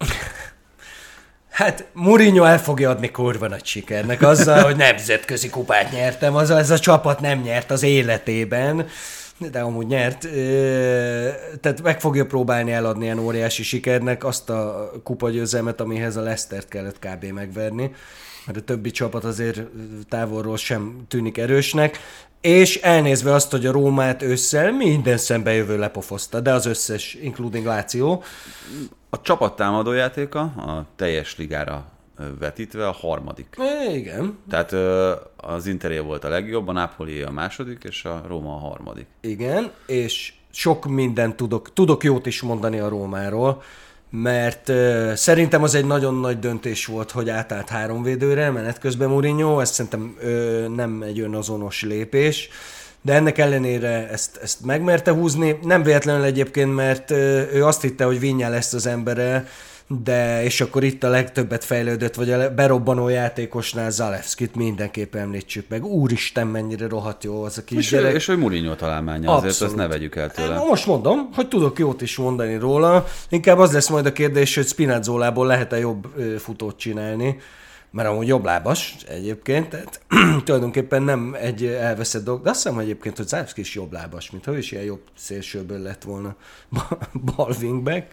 [SPEAKER 6] Hát Mourinho el fogja adni kurva nagy sikernek azzal, hogy nemzetközi kupát nyertem, az ez a csapat nem nyert az életében, de amúgy nyert, tehát meg fogja próbálni eladni ilyen óriási sikernek azt a kupagyőzelmet, amihez a Leicestert kellett kb. Megverni, mert a többi csapat azért távolról sem tűnik erősnek, és elnézve azt, hogy a Rómát ősszel minden szembejövő lepofozta, de az összes, including Lazio.
[SPEAKER 5] A csapat támadójátéka a teljes ligára vetítve a harmadik.
[SPEAKER 6] É, igen.
[SPEAKER 5] Tehát az Interé volt a legjobb, a Napoli a második, és a Róma a harmadik.
[SPEAKER 6] Igen, és sok mindent tudok, tudok jót is mondani a Rómáról, mert uh, szerintem az egy nagyon nagy döntés volt, hogy átállt háromvédőre menet közben Mourinho, ez szerintem uh, nem egy önazonos lépés, de ennek ellenére ezt, ezt megmerte húzni, nem véletlenül egyébként, mert uh, ő azt hitte, hogy Vinyá lesz az embere, de és akkor itt a legtöbbet fejlődött, vagy a berobbanó játékosnál Zalewskit mindenképpen említsük meg. Úristen, mennyire rohadt jó az a kis
[SPEAKER 5] és
[SPEAKER 6] gyerek.
[SPEAKER 5] Ő, és hogy Mourinho találmánya,
[SPEAKER 6] Abszolút.
[SPEAKER 5] Azért azt ne vegyük el tőle.
[SPEAKER 6] Most mondom, hogy tudok jót is mondani róla. Inkább az lesz majd a kérdés, hogy Spinazzolából lehet-e jobb futót csinálni, mert amúgy jobblábas egyébként, tehát tulajdonképpen nem egy elveszett dolog, de azt hiszem egyébként, hogy Zalewski is jobblábas, mintha ő is ilyen jobb szélsőből lett volna bal wingback.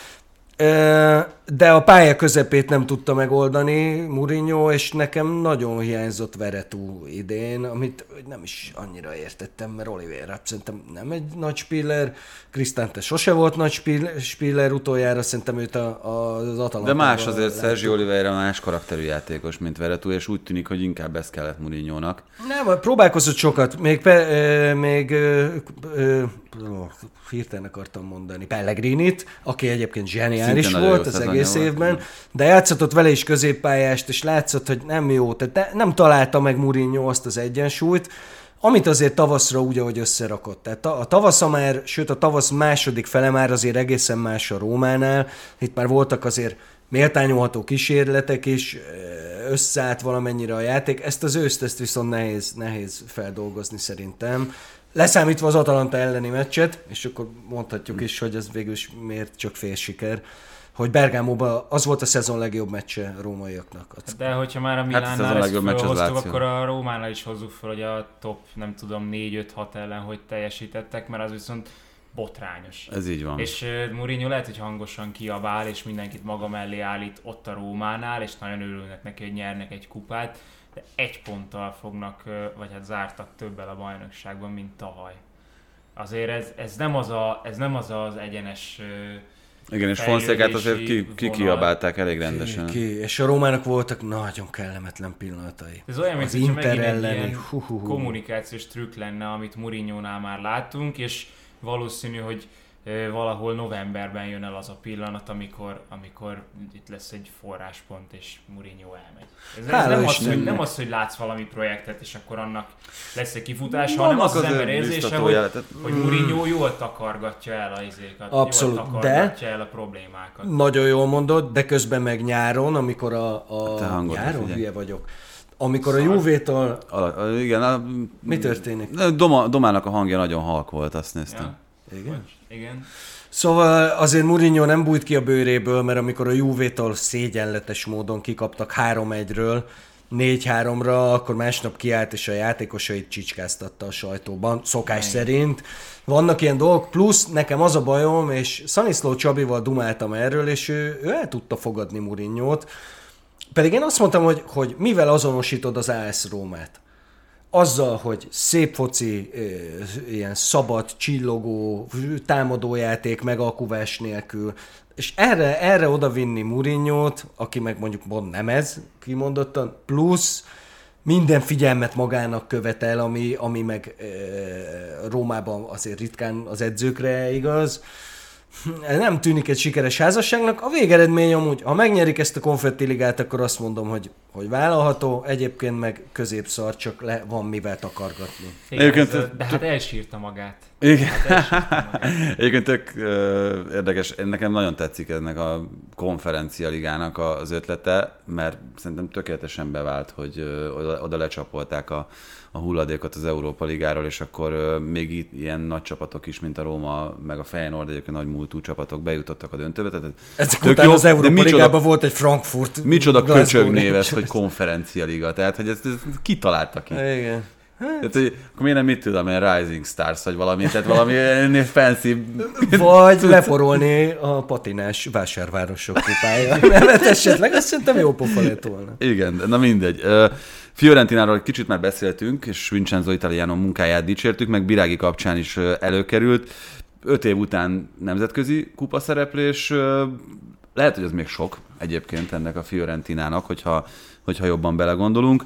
[SPEAKER 6] De a pálya közepét nem tudta megoldani Mourinho, és nekem nagyon hiányzott Veretout idén, amit nem is annyira értettem, mert Oliveira szerintem nem egy nagy spiller, Cristante sose volt nagy spiller, utoljára szerintem őt a, a, az Atalantával.
[SPEAKER 5] De más azért Sergio Oliveira más karakterű játékos, mint Veretout, és úgy tűnik, hogy inkább ez kellett Mourinhónak.
[SPEAKER 6] Nem, próbálkozott sokat, még, pe, még hirtelen akartam mondani Pellegrinit, aki egyébként zseniális volt az egész volt. évben, de játszott vele is középpályást, és látszott, hogy nem jó, tehát nem találta meg Mourinho azt az egyensúlyt, amit azért tavaszra úgy, ahogy összerakott. Tehát a tavasza már, sőt a tavasz második fele már azért egészen más a Rómánál, itt már voltak azért méltányolható kísérletek is, összeállt valamennyire a játék, ezt az őszt, ezt viszont nehéz, nehéz feldolgozni szerintem. Leszámítva az Atalanta elleni meccset, és akkor mondhatjuk is, hogy ez végül is miért csak fél siker, hogy Bergámóban az volt a szezon legjobb meccse a rómaiaknak.
[SPEAKER 7] De hogyha már a Milánnál hát ezt felhoztuk, akkor a Rómánál is hozzuk fel, hogy a top, nem tudom, négy öt hat ellen hogy teljesítettek, mert az viszont botrányos.
[SPEAKER 5] Ez így van.
[SPEAKER 7] És uh, Mourinho lehet, hogy hangosan kiabál, és mindenkit maga mellé állít ott a Rómánál, és nagyon örülnek neki, hogy nyernek egy kupát, de egy ponttal fognak, vagy hát zártak többel a bajnokságban, mint tavaly. Azért ez, ez, nem, az a, ez nem az az egyenes
[SPEAKER 5] igen, és Fonszekát azért ki, ki kiabálták elég rendesen.
[SPEAKER 6] Ki, ki. És a Rómának voltak nagyon kellemetlen pillanatai.
[SPEAKER 7] Ez olyan,
[SPEAKER 6] az
[SPEAKER 7] mint
[SPEAKER 6] Inter
[SPEAKER 7] megint
[SPEAKER 6] elleni.
[SPEAKER 7] egy ilyen
[SPEAKER 6] Hú, hú, hú.
[SPEAKER 7] kommunikációs trükk lenne, amit Mourinhónál már láttunk, és valószínű, hogy valahol novemberben jön el az a pillanat, amikor, amikor itt lesz egy forráspont, és Mourinho elmegy. Ez, ez nem, az, hogy, nem az, hogy látsz valami projektet, és akkor annak lesz egy kifutás,
[SPEAKER 5] no,
[SPEAKER 7] hanem az az ember érzése, hogy,
[SPEAKER 5] jelet.
[SPEAKER 7] hogy Mourinho jól takargatja el a izékat,
[SPEAKER 6] abszolút,
[SPEAKER 7] jól takargatja el a problémákat.
[SPEAKER 6] Nagyon jól mondod, de közben meg nyáron, amikor a, a,
[SPEAKER 5] a
[SPEAKER 6] nyáron hülye vagyok, amikor a Juvétól...
[SPEAKER 5] A, igen. A,
[SPEAKER 6] Mi történik?
[SPEAKER 5] Doma, Domának a hangja nagyon halk volt, azt néztem.
[SPEAKER 7] Ja.
[SPEAKER 6] Igen?
[SPEAKER 7] Igen.
[SPEAKER 6] Szóval azért Mourinho nem bújt ki a bőréből, mert amikor a Juvétól szégyenletes módon kikaptak három egyről, négy háromra, akkor másnap kiállt és a játékosait csicskáztatta a sajtóban, szokás
[SPEAKER 7] Igen.
[SPEAKER 6] szerint. Vannak ilyen dolgok, plusz nekem az a bajom, és Szaniszló Csabival dumáltam erről, és ő, ő el tudta fogadni Mourinhót. Pedig én azt mondtam, hogy, hogy mivel azonosítod az á es Rómát? Azzal, hogy szép foci, ilyen szabad, csillogó, támadójáték, megalkuvás nélkül, és erre, erre odavinni Mourinhót, aki meg mondjuk mond nem ez, kimondottan, plusz minden figyelmet magának követel, ami, ami meg e, Rómában azért ritkán az edzőkre igaz. Nem tűnik egy sikeres házasságnak. A végeredmény amúgy, ha megnyerik ezt a konfetti ligát, akkor azt mondom, hogy, hogy vállalható, egyébként meg középszar, csak le, van mivel takargatni.
[SPEAKER 7] Igen, ez, de hát elsírta magát.
[SPEAKER 5] Igen.
[SPEAKER 7] Hát elsírta magát.
[SPEAKER 5] Egyébként tök uh, érdekes, nekem nagyon tetszik ennek a konferencia ligának az ötlete, mert szerintem tökéletesen bevált, hogy uh, oda, oda lecsapolták a, a hulladékot az Európa Ligáról, és akkor uh, még itt ilyen nagy csapatok is, mint a Róma, meg a Feyenoord, egyébként nagy múltú csapatok bejutottak a döntőbe. Tehát
[SPEAKER 6] ezek után jó, az Európa Ligában volt egy Frankfurt.
[SPEAKER 5] Micsoda köcsög név hogy konferencia liga, tehát hogy ezt, ezt kitalálta ki.
[SPEAKER 6] Igen.
[SPEAKER 5] Tehát, hogy akkor miért nem mit tudom, ilyen Rising Stars, vagy valami, tehát valami fancy...
[SPEAKER 6] Vagy leporolni a patinás vásárvárosok kupája. Mert esetleg azt szerintem jó pofa lett volna.
[SPEAKER 5] Igen, na mindegy. Fiorentináról egy kicsit már beszéltünk, és Vincenzo Italiano munkáját dicsértük, meg Birági kapcsán is előkerült. Öt év után nemzetközi kupa szereplés, lehet, hogy ez még sok egyébként ennek a Fiorentinának, hogyha, hogyha jobban belegondolunk.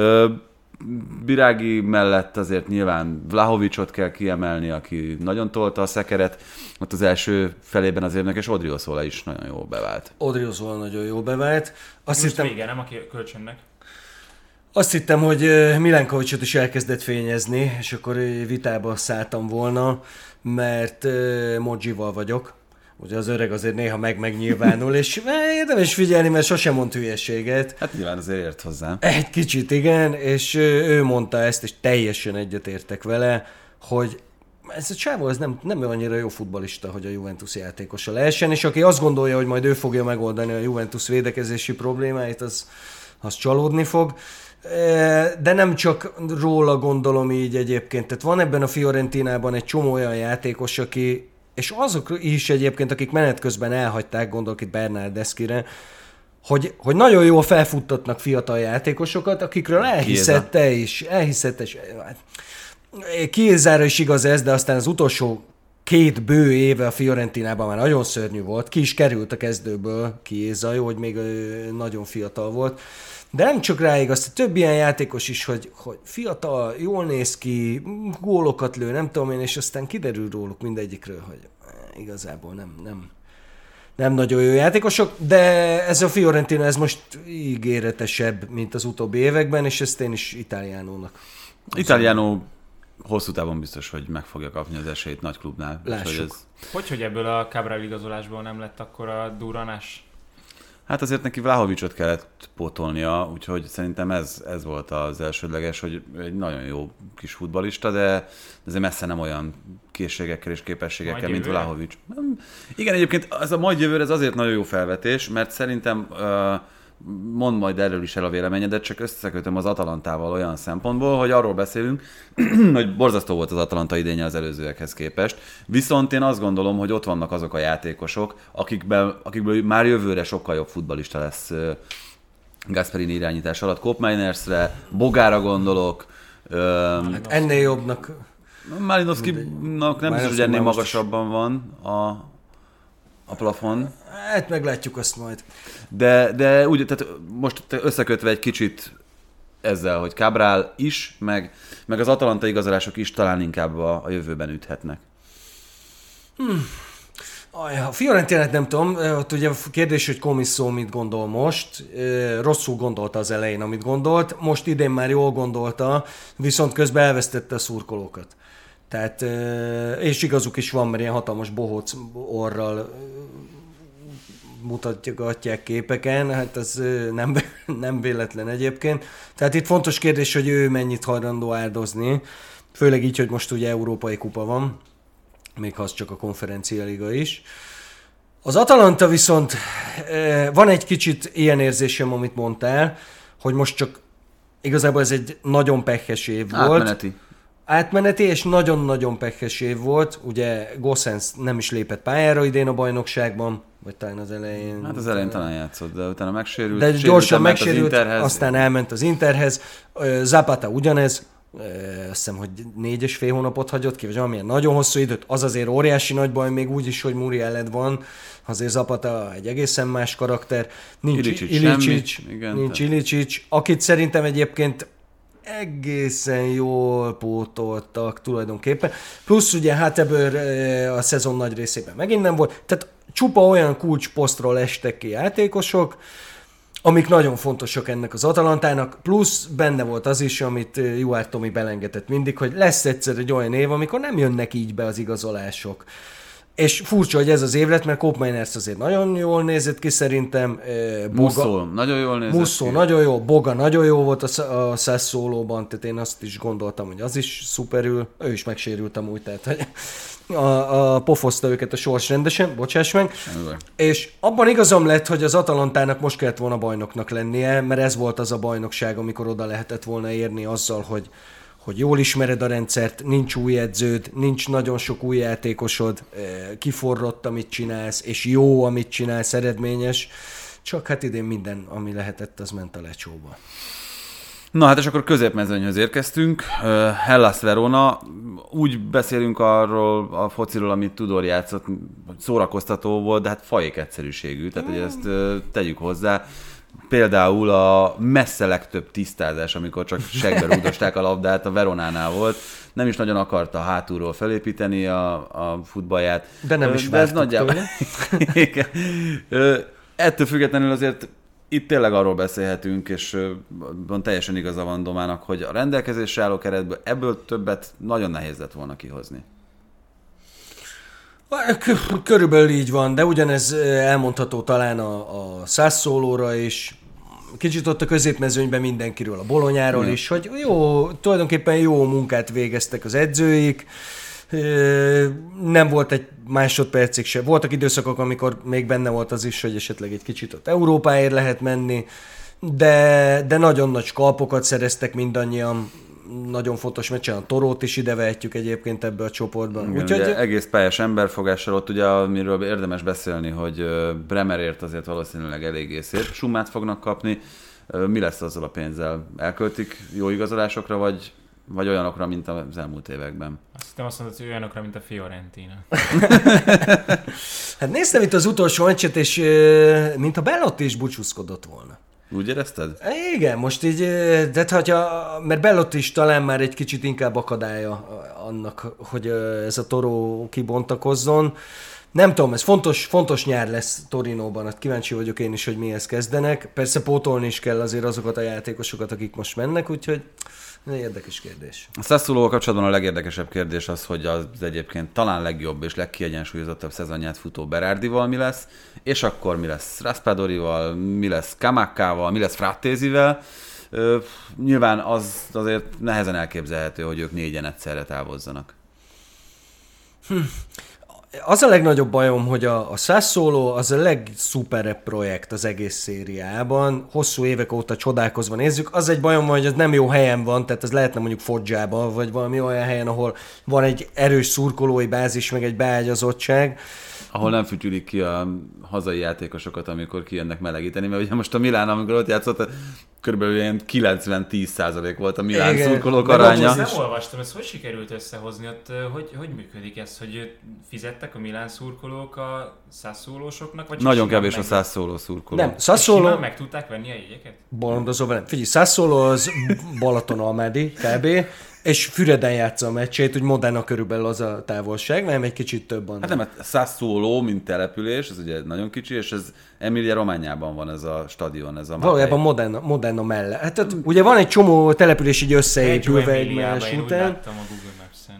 [SPEAKER 5] Birági mellett azért nyilván Vlahovicsot kell kiemelni, aki nagyon tolta a szekeret, ott az első felében az évnek, és Odriozola is nagyon jól bevált.
[SPEAKER 6] Odriozola nagyon jól bevált. Azt
[SPEAKER 7] Most
[SPEAKER 6] hittem,
[SPEAKER 7] vége, nem a kölcsönnek.
[SPEAKER 6] azt hittem, hogy Milenkovicsot is elkezdett fényezni, és akkor vitába szálltam volna, mert Modzsival vagyok. Ugye az öreg azért néha meg-megnyilvánul, és érdemes figyelni, mert sosem mond hülyeséget.
[SPEAKER 5] Hát nyilván azért ért hozzá.
[SPEAKER 6] Egy kicsit igen, és ő mondta ezt, és teljesen egyetértek vele, hogy ez a csávó ez nem, nem annyira jó futballista, hogy a Juventus játékosa lehessen, és aki azt gondolja, hogy majd ő fogja megoldani a Juventus védekezési problémáit, az, az csalódni fog. De nem csak róla gondolom így egyébként. Tehát van ebben a Fiorentinában egy csomó olyan játékos, aki és azok is egyébként, akik menet közben elhagyták, gondolok itt Bernardeschi-re, hogy, hogy nagyon jól felfuttatnak fiatal játékosokat, akikről elhiszed te is. Elhiszed te is. Chiézára is igaz ez, de aztán az utolsó két bő éve a Fiorentinában már nagyon szörnyű volt. Ki is került a kezdőből Chiesa, jó, hogy még nagyon fiatal volt. De nem csak rá igaz, több ilyen játékos is, hogy, hogy fiatal, jól néz ki, gólokat lő, nem tudom én, és aztán kiderül róluk mindegyikről, hogy igazából nem, nem, nem nagyon jó játékosok, de ez a Fiorentina, ez most ígéretesebb, mint az utóbbi években, és ezt én is Italiánónak.
[SPEAKER 5] Italiano hosszú távon biztos, hogy meg fogja kapni az esélyt nagy klubnál.
[SPEAKER 6] Lássuk.
[SPEAKER 5] Hogy, ez...
[SPEAKER 7] hogy, hogy ebből a Cabral igazolásból nem lett akkor a durranás?
[SPEAKER 5] Hát azért neki Vlahovicsot kellett pótolnia, úgyhogy szerintem ez, ez volt az elsődleges, hogy egy nagyon jó kis futballista, de azért messze nem olyan készségekkel és képességekkel,
[SPEAKER 7] majd
[SPEAKER 5] mint
[SPEAKER 7] jövőre?
[SPEAKER 5] Vlahovics. Igen, egyébként ez a majd jövőre ez azért nagyon jó felvetés, mert szerintem uh, mond majd erről is el a véleményedet, csak összekötöm az Atalantával olyan szempontból, hogy arról beszélünk, hogy borzasztó volt az Atalanta idénye az előzőekhez képest. Viszont én azt gondolom, hogy ott vannak azok a játékosok, akikből, akikből már jövőre sokkal jobb futballista lesz uh, Gasperini irányítás alatt. Koopmeinersre, Bogára gondolok. Uh,
[SPEAKER 6] Hát ennél jobbnak.
[SPEAKER 5] Malinovskinak nem biztos, hogy ennél magasabban van a, a plafon.
[SPEAKER 6] Hát meglátjuk azt majd.
[SPEAKER 5] De, de úgy, tehát most összekötve egy kicsit ezzel, hogy Cabral is, meg, meg az Atalanta igazolások is talán inkább a, a jövőben üthetnek.
[SPEAKER 6] Hmm. A Fiorentinát nem tudom, ott ugye a kérdés, hogy Comisso mit gondol most. Rosszul gondolta az elején, amit gondolt. Most idén már jól gondolta, viszont közben elvesztette a szurkolókat. Tehát, és igazuk is van, mert ilyen hatalmas bohóc orral mutatják képeken, hát ez nem, nem véletlen egyébként. Tehát itt fontos kérdés, hogy ő mennyit hajlandó áldozni, főleg így, hogy most ugye Európai Kupa van, még ha az csak a konferencialiga is. Az Atalanta viszont van egy kicsit ilyen érzésem, amit mondtál, hogy most csak igazából ez egy nagyon pekhes év volt.
[SPEAKER 5] Átmeneti.
[SPEAKER 6] Átmeneti, és nagyon-nagyon pekhes év volt. Ugye Gossens nem is lépett pályára idén a bajnokságban, vagy talán az elején.
[SPEAKER 5] Hát az elején talán játszott, de utána megsérült.
[SPEAKER 6] De gyorsan megsérült,
[SPEAKER 5] az
[SPEAKER 6] aztán elment az Interhez. Zapata ugyanez, azt hiszem, hogy négy és fél hónapot hagyott ki, vagy valamilyen nagyon hosszú időt. Az azért óriási nagy baj, még úgy is, hogy Muriel van. Azért Zapata egy egészen más karakter. Nincs Ilicic, nincs Ilicic, akit szerintem egyébként egészen jól pótoltak tulajdonképpen. Plusz ugye Hatebör a szezon nagy részében megint nem volt. Tehát csupa olyan kulcsposztról estek ki játékosok, amik nagyon fontosak ennek az Atalantának, plusz benne volt az is, amit Juár Tomi belengetett mindig, hogy lesz egyszer egy olyan év, amikor nem jönnek így be az igazolások. És furcsa, hogy ez az év lett, mert Koop Meiners azért nagyon jól nézett ki szerintem.
[SPEAKER 5] Musso nagyon jól nézett
[SPEAKER 6] Musso ki. nagyon jó, Boga nagyon jó volt a, a Sassuolóban, tehát én azt is gondoltam, hogy az is szuperül. Ő is megsérült amúgy, tehát hogy a, a pofozta őket a sors rendesen, bocsáss meg. Semmi. És abban igazam lett, hogy az Atalantának most kellett volna bajnoknak lennie, mert ez volt az a bajnokság, amikor oda lehetett volna érni azzal, hogy hogy jól ismered a rendszert, nincs új edződ, nincs nagyon sok új játékosod, kiforrott, amit csinálsz, és jó, amit csinálsz, eredményes, csak hát idén minden, ami lehetett, az ment a lecsóba.
[SPEAKER 5] Na hát és akkor középmezőnyhöz érkeztünk. Hellas Verona. Úgy beszélünk arról a fociról, amit Tudor játszott, szórakoztató volt, de hát fajék egyszerűségű, tehát hogy ezt tegyük hozzá. Például a messze legtöbb tisztázás, amikor csak segbe rúgdosták a labdát, a Veronánál volt. Nem is nagyon akarta hátulról felépíteni a, a futballját.
[SPEAKER 6] De nem is vártuk nagyjából...
[SPEAKER 5] tőle. Ettől függetlenül azért itt tényleg arról beszélhetünk, és van teljesen igaza van Domának, hogy a rendelkezésre álló keretből ebből többet nagyon nehéz lett volna kihozni.
[SPEAKER 6] Körülbelül így van, de ugyanez elmondható talán a, a Sassuolóra is, kicsit ott a középmezőnyben mindenkiről, a Bolonyáról mm. is, hogy jó, tulajdonképpen jó munkát végeztek az edzőik, nem volt egy másodpercig se. Voltak időszakok, amikor még benne volt az is, hogy esetleg egy kicsit ott Európáért lehet menni, de, de nagyon nagy skalpokat szereztek mindannyian. Nagyon fontos meccsen, a Torót is ide vehetjük egyébként ebbe a csoportban.
[SPEAKER 5] Igen, úgyhogy... egész pályás emberfogással ott ugye, amiről érdemes beszélni, hogy Bremerért azért valószínűleg eléggé szép sumát fognak kapni. Mi lesz azzal a pénzzel? Elköltik jó igazolásokra, vagy, vagy olyanokra, mint az elmúlt években?
[SPEAKER 7] Azt hittem azt mondod, hogy olyanokra, mint a Fiorentina.
[SPEAKER 6] Hát néztem itt az utolsó meccset, és mint a Bellotti is búcsúzkodott volna.
[SPEAKER 5] Úgy érezted?
[SPEAKER 6] Igen, most így, de hogyha, mert Bellotti is talán már egy kicsit inkább akadálya annak, hogy ez a Toro kibontakozzon. Nem tudom, ez fontos, fontos nyár lesz Torinóban, hát kíváncsi vagyok én is, hogy mihez kezdenek. Persze pótolni is kell azért azokat a játékosokat, akik most mennek, úgyhogy érdekes kérdés.
[SPEAKER 5] A Sassuolóval kapcsolatban a legérdekesebb kérdés az, hogy az egyébként talán legjobb és legkiegyensúlyozottabb szezonját futó Berardival mi lesz, és akkor mi lesz Raspadorival, mi lesz Kamakkával, mi lesz Frattézivel. Ö, nyilván az azért nehezen elképzelhető, hogy ők négyen egyszerre távozzanak.
[SPEAKER 6] Hm. Az a legnagyobb bajom, hogy a, a Sassuolo az a legszuperebb projekt az egész szériában. Hosszú évek óta csodálkozva nézzük. Az egy bajom, hogy az nem jó helyen van, tehát ez lehetne mondjuk Foggiában, vagy valami olyan helyen, ahol van egy erős szurkolói bázis, meg egy beágyazottság.
[SPEAKER 5] Ahol nem fütyülik ki a hazai játékosokat, amikor kijönnek melegíteni, mert ugye most a Milán, amikor ott játszott, körülbelül ilyen kilencven-tíz százalék volt a Milán igen, szurkolók aránya.
[SPEAKER 7] Nem olvastam, ezt hogy sikerült összehozni, ott hogy, hogy működik ez, hogy fizettek a Milán szurkolók a Sassuolósoknak? Vagy
[SPEAKER 5] nagyon kevés a Sassuoló szurkoló.
[SPEAKER 6] Nem, Sassuoló...
[SPEAKER 7] meg tudták venni a jegyeket?
[SPEAKER 6] Bolondozó velem. Figyelj, Sassuoló az Balaton-Almádi kb. És Füreden játsza a meccsét, úgy Modena körülbelül az a távolság, nem egy kicsit több annál.
[SPEAKER 5] Hát nem, hát Sassuoló, mint település, ez ugye nagyon kicsi, és ez Emilia-Romagnában van ez a stadion, ez a
[SPEAKER 6] valójában Modena, Modena mellett. Hát ott, ugye van egy csomó település így összeépülve egymás után.
[SPEAKER 7] Úgy láttam a Google Maps-en.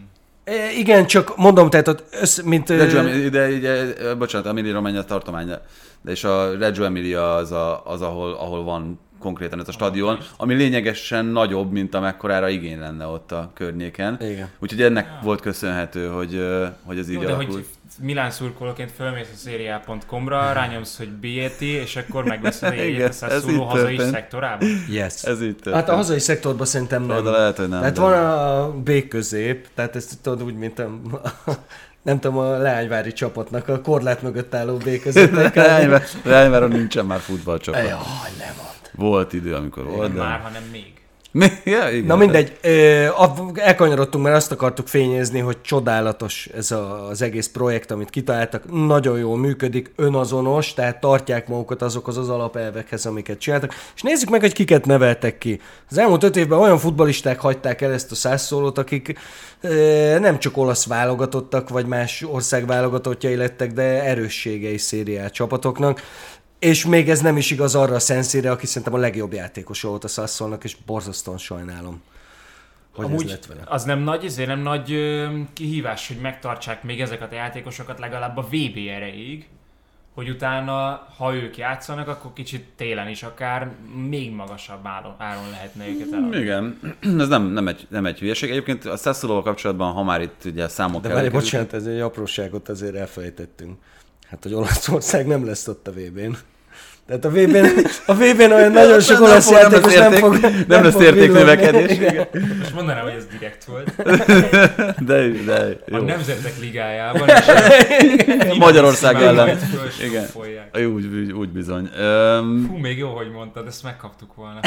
[SPEAKER 6] Igen, csak mondom, tehát ott össz, mint...
[SPEAKER 5] Reggio Emilia, de ugye, bocsánat, Emilia Romagna tartomány, de és a Reggio Emilia az, a, az ahol, ahol van konkrétan ez a stadion, ami lényegesen nagyobb, mint amekkorára igény lenne ott a környéken.
[SPEAKER 6] Igen.
[SPEAKER 5] Úgyhogy ennek ja. volt köszönhető, hogy, hogy ez így
[SPEAKER 7] Jó,
[SPEAKER 5] alakult.
[SPEAKER 7] De hogy Milán szurkolóként fölmész a Serie A pont com-ra, rányomsz, hogy bé é té, és akkor megveszed a jegyet a Sassuolo hazai szektorában?
[SPEAKER 6] Yes.
[SPEAKER 5] Ez itt
[SPEAKER 6] hát a hazai szektorban szerintem nem.
[SPEAKER 5] Oda lehet, hogy nem.
[SPEAKER 6] Tehát de... van a B közép, tehát ezt tudod úgy, mint a... nem tudom, a Leányvári csapatnak a korlát mögött álló B középnek.
[SPEAKER 5] Leányváron nincsen már futballcsapat.
[SPEAKER 6] Jaj, nem volt.
[SPEAKER 5] Volt idő, amikor volt, de...
[SPEAKER 7] Már, hanem még.
[SPEAKER 6] Ja, igen. Na mindegy, elkanyarodtunk, mert azt akartuk fényezni, hogy csodálatos ez a, az egész projekt, amit kitaláltak, nagyon jól működik, önazonos, tehát tartják magukat azokhoz az alapelvekhez, amiket csináltak, és nézzük meg, hogy kiket neveltek ki. Az elmúlt öt évben olyan futballisták hagyták el ezt a Sassuolót, akik nem csak olasz válogatottak, vagy más ország válogatottjai lettek, de erősségei Serie A csapatoknak. És még ez nem is igaz arra a Sensire, aki szerintem a legjobb játékos volt a Sassuolónak, és borzasztóan sajnálom, hogy
[SPEAKER 7] amúgy
[SPEAKER 6] ez lett vele.
[SPEAKER 7] Az nem nagy, ezért nem nagy ö, kihívás, hogy megtartsák még ezeket a játékosokat legalább a vé bé erejéig, hogy utána, ha ők játszanak, akkor kicsit télen is akár még magasabb áron, áron lehetne őket eladni.
[SPEAKER 5] Igen, ez nem, nem, egy, nem egy hülyeség. Egyébként a Sassuolóval kapcsolatban, ha már itt ugye számok
[SPEAKER 6] De várj, bocsánat, ez egy apróságot azért elfelejtettünk. Hát, hogy Olaszország nem lesz ott a vé bén. Tehát a vé bén, a vé bén olyan nagyon sok olasz játékos nem fog...
[SPEAKER 5] Nem, nem lesz értéknövekedés.
[SPEAKER 7] Most mondanám, hogy ez direkt volt.
[SPEAKER 5] De, de jó.
[SPEAKER 7] A Nemzetek Ligájában is.
[SPEAKER 5] Magyarország ellen. Igen. Úgy, úgy, úgy bizony.
[SPEAKER 7] Fú, még jó, hogy mondtad, ezt megkaptuk volna.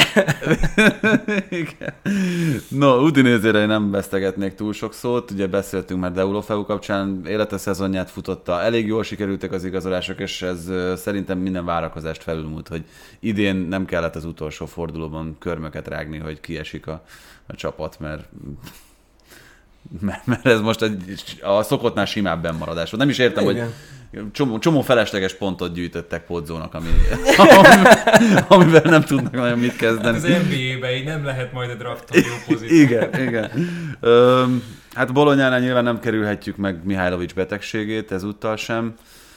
[SPEAKER 5] Igen. No, Udinese-re nem vesztegetnék túl sok szót. Ugye beszéltünk már Deulofeu kapcsán, élete szezonját futotta. Elég jól sikerültek az igazolások, és ez szerintem minden várakozást felülmúlt, hogy idén nem kellett az utolsó fordulóban körmöket rágni, hogy kiesik a, a csapat, mert, mert, mert ez most egy, a szokottnál simább bennmaradás volt. Nem is értem, igen. hogy csomó, csomó felesleges pontot gyűjtöttek Pozzónak, ami, amivel nem tudnak nagyon mit kezdeni.
[SPEAKER 7] Hát az en bé á-ben így nem lehet majd a drafton jó pozíció.
[SPEAKER 5] Igen, igen. Öm, hát Bolonyánál nyilván nem kerülhetjük meg Mihajlovics betegségét, ezúttal sem.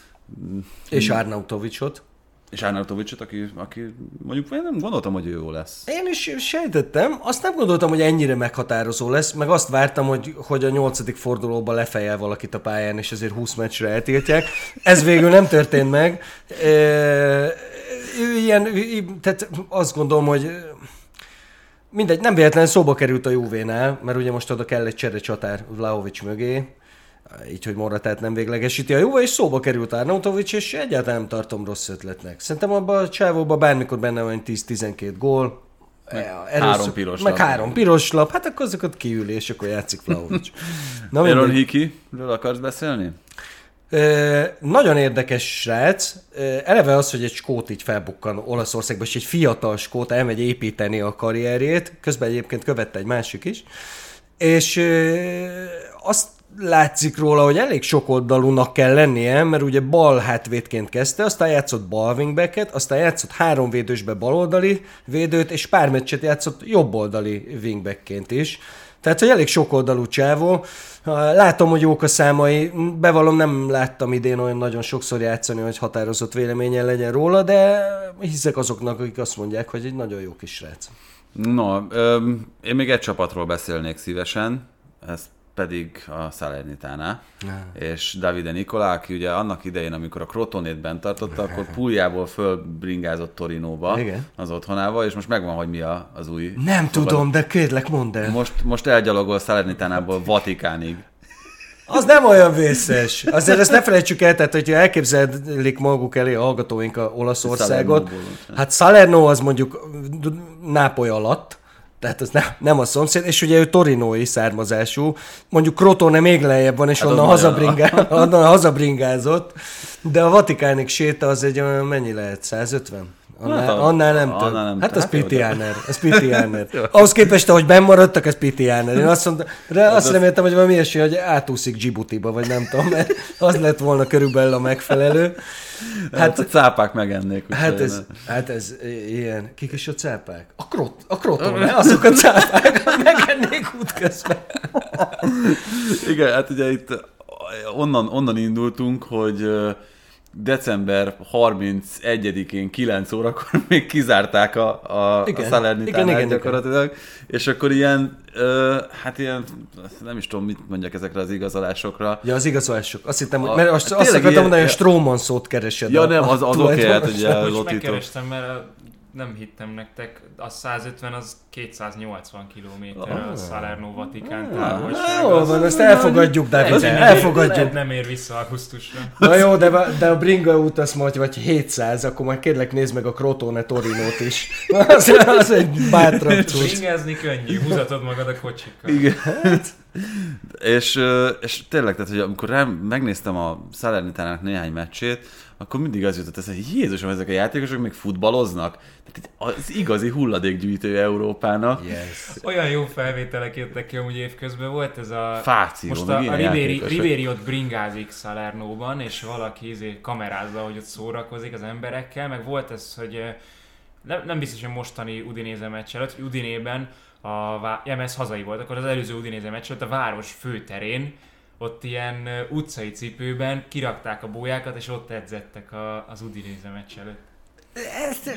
[SPEAKER 6] És Arnautovicsot.
[SPEAKER 5] És Arnautovicsot, aki, aki mondjuk én nem gondoltam, hogy ő jó lesz.
[SPEAKER 6] Én is sejtettem, azt nem gondoltam, hogy ennyire meghatározó lesz, meg azt vártam, hogy, hogy a nyolcadik fordulóban lefejel valakit a pályán, és azért húsz meccsre eltiltják. Ez végül nem történt meg. Ilyen, tehát azt gondolom, hogy mindegy, nem véletlenül szóba került a Juvénál, mert ugye most oda kell egy cserecsatár Vlahovics mögé, így, hogy Moratát nem véglegesíti a Juve, és szóba került Arnautovics, és egyáltalán nem tartom rossz ötletnek. Szerintem abban a csávóban bármikor benne van tíz-tizenkét gól.
[SPEAKER 5] Meg Először, három piros
[SPEAKER 6] meg
[SPEAKER 5] lap.
[SPEAKER 6] Meg három piros lap, hát akkor azokat kiül, és akkor játszik Vlahovics.
[SPEAKER 5] Aaron Hickeyről akarsz beszélni?
[SPEAKER 6] E, nagyon érdekes srác. E, eleve az, hogy egy skót így felbukkan Olaszországban, és egy fiatal skót elmegy építeni a karrierjét, közben egyébként követte egy másik is, és e, azt látszik róla, hogy elég sokoldalúnak kell lennie, mert ugye bal hátvédként kezdte, aztán játszott bal wingbacket, aztán játszott három védősbe baloldali védőt, és pár meccset játszott jobboldali wingbackként is. Tehát, hogy elég sokoldalú csávó. Látom, hogy jók a számai, bevallom, nem láttam idén olyan nagyon sokszor játszani, hogy határozott véleményen legyen róla, de hiszek azoknak, akik azt mondják, hogy egy nagyon jó kis srác.
[SPEAKER 5] No, öm, én még egy csapatról beszélnék szívesen, ezt pedig a Salernitánál, és Davide Nicolà, aki ugye annak idején, amikor a Crotonét bent tartotta, akkor Puljából fölbringázott Torinóba, igen, az otthonába, és most megvan, hogy mi a, az új...
[SPEAKER 6] Nem fogad... tudom, de kérlek, mondd el.
[SPEAKER 5] Most, most elgyalogol Salernitánából Vatikánig.
[SPEAKER 6] Az nem olyan vészes. Azért ezt ne felejtsük el, tehát hogyha elképzelik maguk elé a hallgatóink a Olaszországot, hát Salerno az mondjuk Nápoly alatt, tehát ez nem, nem a szomszéd, és ugye ő torinói származású, mondjuk Crotone még lejjebb van, és hát onnan, hazabringá, onnan hazabringázott, de a Vatikánig séta az egy olyan, mennyi lehet, százötven? Annál,
[SPEAKER 5] Hát a-
[SPEAKER 6] annál nem több.
[SPEAKER 5] annál nem
[SPEAKER 6] hát
[SPEAKER 5] több.
[SPEAKER 6] az
[SPEAKER 5] Hát jó,
[SPEAKER 6] Piti
[SPEAKER 5] de-
[SPEAKER 6] Jáner. Az Piti Jáner. Ahhoz képest, ahogy benn maradtak, ez Piti Jáner. Én azt, mondta, re, azt reméltem, hogy valami ilyesmi, hogy átúszik Djibouti-ba, vagy nem tudom, mert az lett volna körülbelül a megfelelő.
[SPEAKER 5] Hát a cápák megennék.
[SPEAKER 6] Hát
[SPEAKER 5] úgyhogy
[SPEAKER 6] ez,
[SPEAKER 5] ne-
[SPEAKER 6] hát ez ilyen, kik is a cápák? A, krot, a kroton, azok a cápák, megennék útközben.
[SPEAKER 5] Igen, hát ugye itt onnan, onnan indultunk, hogy ö, december harmincegyedikén kilenc órakor még kizárták a, a, a
[SPEAKER 6] Igen.
[SPEAKER 5] Salernitánát
[SPEAKER 6] Igen, igen,
[SPEAKER 5] gyakorlatilag, és akkor ilyen, ö, hát ilyen, nem is tudom, mit mondjak ezekre az igazolásokra.
[SPEAKER 6] Ja, az igazolások. Azt hittem, hogy,
[SPEAKER 5] A-
[SPEAKER 6] mert azt,
[SPEAKER 5] hát
[SPEAKER 6] azt
[SPEAKER 5] tényleg
[SPEAKER 6] akartam
[SPEAKER 5] ilyen-
[SPEAKER 6] mondani, hogy a Stroman szót keresed.
[SPEAKER 5] Ja
[SPEAKER 6] a-
[SPEAKER 5] nem, az,
[SPEAKER 6] a
[SPEAKER 5] az oké, hát
[SPEAKER 6] tulajdonos.
[SPEAKER 5] ugye
[SPEAKER 7] Most
[SPEAKER 5] Lotito.
[SPEAKER 7] megkerestem, mert a- nem hittem nektek, a százötven az kétszáznyolcvan kilométer a Salerno-Vatikán távolság.
[SPEAKER 6] Jó
[SPEAKER 7] Az-
[SPEAKER 6] van, ezt elfogadjuk, Dávid,
[SPEAKER 7] Lehet, nem ér-
[SPEAKER 6] elfogadjuk.
[SPEAKER 7] lehet, nem ér vissza augusztusra.
[SPEAKER 6] Na jó, de, de a bringa út azt mondja, vagy hétszáz, akkor majd kérlek nézd meg a Crotone Torinót is. Az, az egy bátrabb cucc.
[SPEAKER 7] Bringázni könnyű, húzatod magad a kocsikkal.
[SPEAKER 5] Igen. és, ö, és tényleg, tehát, hogy amikor rám megnéztem a Salernitának néhány meccsét, akkor mindig az jutott eszembe, hogy Jézusom, ezek a játékosok még futballoznak. Tehát itt az igazi hulladékgyűjtő Európának.
[SPEAKER 6] Yes.
[SPEAKER 7] Olyan jó felvételek jöttek ki amúgy évközben, volt ez a...
[SPEAKER 5] Fáció,
[SPEAKER 7] most
[SPEAKER 5] meg
[SPEAKER 7] a, a
[SPEAKER 5] ilyen
[SPEAKER 7] Ribéry,
[SPEAKER 5] játékosok.
[SPEAKER 7] Ribéry ott bringázik Salernóban, és valaki izé kamerázza, hogy ott szórakozik az emberekkel, meg volt ez, hogy eh, nem, nem biztos, hogy mostani Udinéze meccs előtt, hogy Udinében, a, Vá- ja, mert ez hazai volt, akkor az előző Udinéze meccs előtt a város főterén, ott ilyen eh, utcai cipőben kirakták a bójákat, és ott edzettek a, az Udinéze meccs előtt.
[SPEAKER 6] Ez,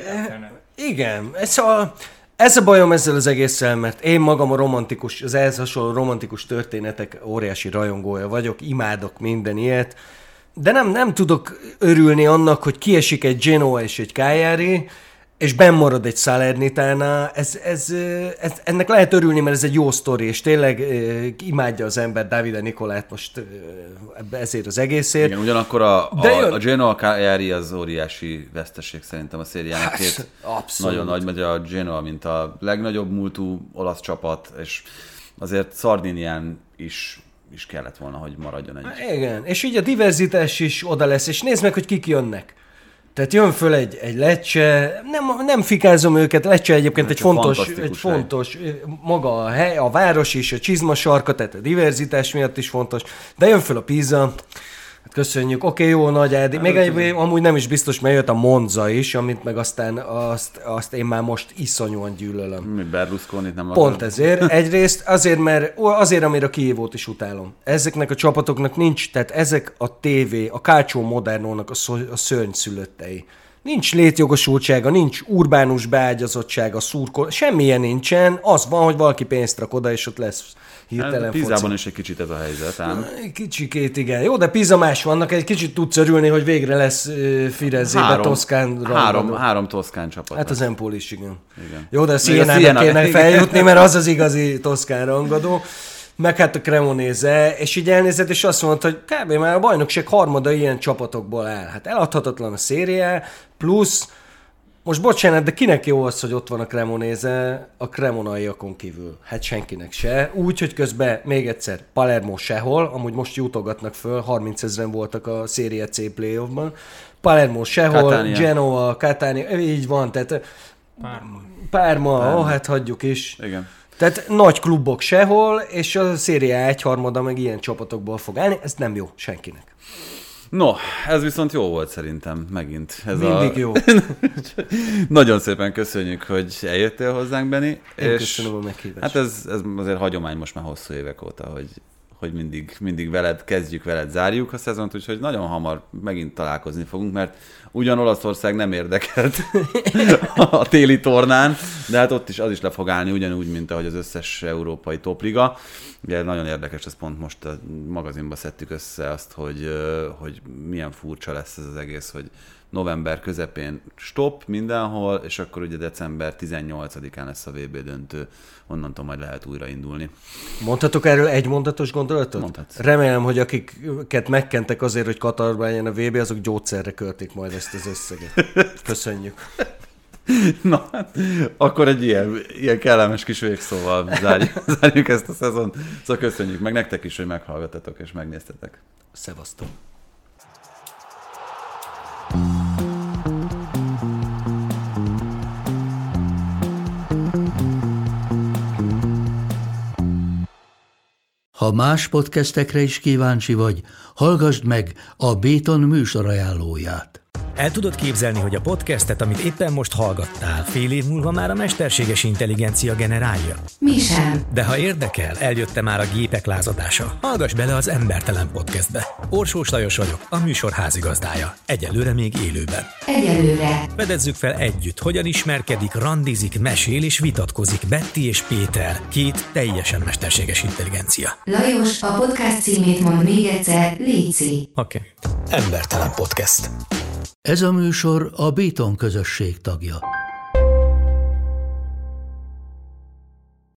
[SPEAKER 6] igen, ez a, ez a bajom ezzel az egésszel, mert én magam a romantikus, az ehhez hasonló romantikus történetek óriási rajongója vagyok, imádok minden ilyet, de nem, nem tudok örülni annak, hogy kiesik egy Genoa és egy Cagliari, és benn marad egy Salernitana, ez, ez, ez, ennek lehet örülni, mert ez egy jó sztori, és tényleg eh, imádja az ember Davide Nicolát most eh, ezért az egészért.
[SPEAKER 5] Igen, ugyanakkor a,
[SPEAKER 6] De
[SPEAKER 5] a,
[SPEAKER 6] jön-
[SPEAKER 5] a Genoa Cagliari az óriási veszteség szerintem a szériának.
[SPEAKER 6] Hát,
[SPEAKER 5] Két
[SPEAKER 6] abszolút.
[SPEAKER 5] nagyon nagy, mert a Genoa, mint a legnagyobb múltú olasz csapat, és azért Szardinián is, is kellett volna, hogy maradjon egy.
[SPEAKER 6] Igen, és így a diverzitás is oda lesz, és nézd meg, hogy kik jönnek. Tehát jön föl egy, egy Lecce, nem, nem fikázom őket, Lecce egyébként egy
[SPEAKER 5] Lecce
[SPEAKER 6] fontos,
[SPEAKER 5] fantasztikus
[SPEAKER 6] egy fontos, maga a hely, a város is, a csizma sarka, tehát a diverzitás miatt is fontos, de jön föl a Pisa, hát köszönjük, oké, okay, jó, nagy Ádi, még egy, amúgy nem is biztos, mert jött a Monza is, amit meg aztán azt, azt én már most iszonyúan gyűlölöm.
[SPEAKER 5] Mi Berlusconit nem
[SPEAKER 6] Pont
[SPEAKER 5] akarom.
[SPEAKER 6] ezért. Egyrészt azért, mert azért, amire a Kijevót is utálom. Ezeknek a csapatoknak nincs, tehát ezek a tévé, a Calcio Modernónak a, szó- a szörnyszülöttei. Nincs létjogosultsága, nincs urbánus beágyazottsága, szurkol, semmilyen nincsen. Az van, hogy valaki pénzt rak oda, és ott lesz hirtelen
[SPEAKER 5] Hát,
[SPEAKER 6] foci.
[SPEAKER 5] Pisában is egy kicsit ez a helyzet, ám.
[SPEAKER 6] Kicsikét, igen. Jó, de Pisa más vannak, egy kicsit tudsz örülni, hogy végre lesz uh, Firenzébe Toszkán
[SPEAKER 5] három,
[SPEAKER 6] rangadó.
[SPEAKER 5] három toszkán csapat.
[SPEAKER 6] Hát az
[SPEAKER 5] lesz.
[SPEAKER 6] Empoli is, igen.
[SPEAKER 5] Igen.
[SPEAKER 6] Jó, de a
[SPEAKER 5] Még a
[SPEAKER 6] Sienának
[SPEAKER 5] Siena-
[SPEAKER 6] kéne
[SPEAKER 5] igen.
[SPEAKER 6] feljutni, mert az az igazi Toszkán rangadó. Meg hát a Cremonese, és így elnézett, és azt mondta, hogy kb. Már a bajnokság harmada ilyen csapatokból áll. Hát eladhatatlan a szériá, plusz, most bocsánat, de kinek jó az, hogy ott van a Cremonese a cremonaiakon kívül? Hát senkinek se. Úgy, hogy közben még egyszer Palermo sehol, amúgy most jutogatnak föl, harmincezren voltak a Serie C playoffban. Palermo sehol,
[SPEAKER 5] Catania.
[SPEAKER 6] Genoa, Catania, így van, tehát
[SPEAKER 7] Párma.
[SPEAKER 6] Párma, Párma. Ó, hát hagyjuk is.
[SPEAKER 5] Igen.
[SPEAKER 6] Tehát nagy klubok sehol, és a Serie A egyharmada meg ilyen csapatokból fog állni, ez nem jó senkinek.
[SPEAKER 5] No, ez viszont jó volt szerintem megint. Ez
[SPEAKER 6] Mindig
[SPEAKER 5] a...
[SPEAKER 6] jó.
[SPEAKER 5] Nagyon szépen köszönjük, hogy eljöttél hozzánk, Beni.
[SPEAKER 6] Én köszönöm a meghívást.
[SPEAKER 5] Hát ez, ez azért hagyomány most már hosszú évek óta, hogy, hogy mindig, mindig veled kezdjük, veled zárjuk a szezont, úgyhogy nagyon hamar megint találkozni fogunk, mert ugyan Olaszország nem érdekelt a téli tornán, de hát ott is az is le fog állni, ugyanúgy, mint ahogy az összes európai topliga. Ugye nagyon érdekes, ez pont most a magazinba szedtük össze azt, hogy, hogy milyen furcsa lesz ez az egész, hogy november közepén stop mindenhol, és akkor ugye december tizennyolcadikán lesz a vé bé döntő, onnantól majd lehet újraindulni.
[SPEAKER 6] Mondhatok erről egy mondatos gondolatot?
[SPEAKER 5] Mondhatsz.
[SPEAKER 6] Remélem, hogy akiket megkentek azért, hogy Katarban legyen a vé bé, azok gyógyszerre költik majd ezt az összeget. Köszönjük.
[SPEAKER 5] Na, hát, akkor egy ilyen, ilyen kellemes kis végszóval zárjuk, zárjuk ezt a szezont. Szóval köszönjük meg nektek is, hogy meghallgattatok és megnéztetek.
[SPEAKER 6] Szevasztok.
[SPEAKER 1] Ha más podcastekre is kíváncsi vagy, hallgassd meg a Béton műsor ajánlóját.
[SPEAKER 8] El tudod képzelni, hogy a podcastet, amit éppen most hallgattál, fél év múlva már a mesterséges intelligencia generálja?
[SPEAKER 9] Mi sem.
[SPEAKER 8] De ha érdekel, eljötte már a gépek lázadása. Hallgass bele az Embertelen Podcastbe. Orsós Lajos vagyok, a műsor házigazdája. Egyelőre még élőben.
[SPEAKER 9] Egyelőre.
[SPEAKER 8] Fedezzük fel együtt, hogyan ismerkedik, randizik, mesél és vitatkozik Betty és Péter, két teljesen mesterséges intelligencia.
[SPEAKER 9] Lajos, a podcast címét mond még egyszer, léci.
[SPEAKER 8] Oké. Okay. Embertelen Podcast.
[SPEAKER 1] Ez a műsor a Béton közösség tagja.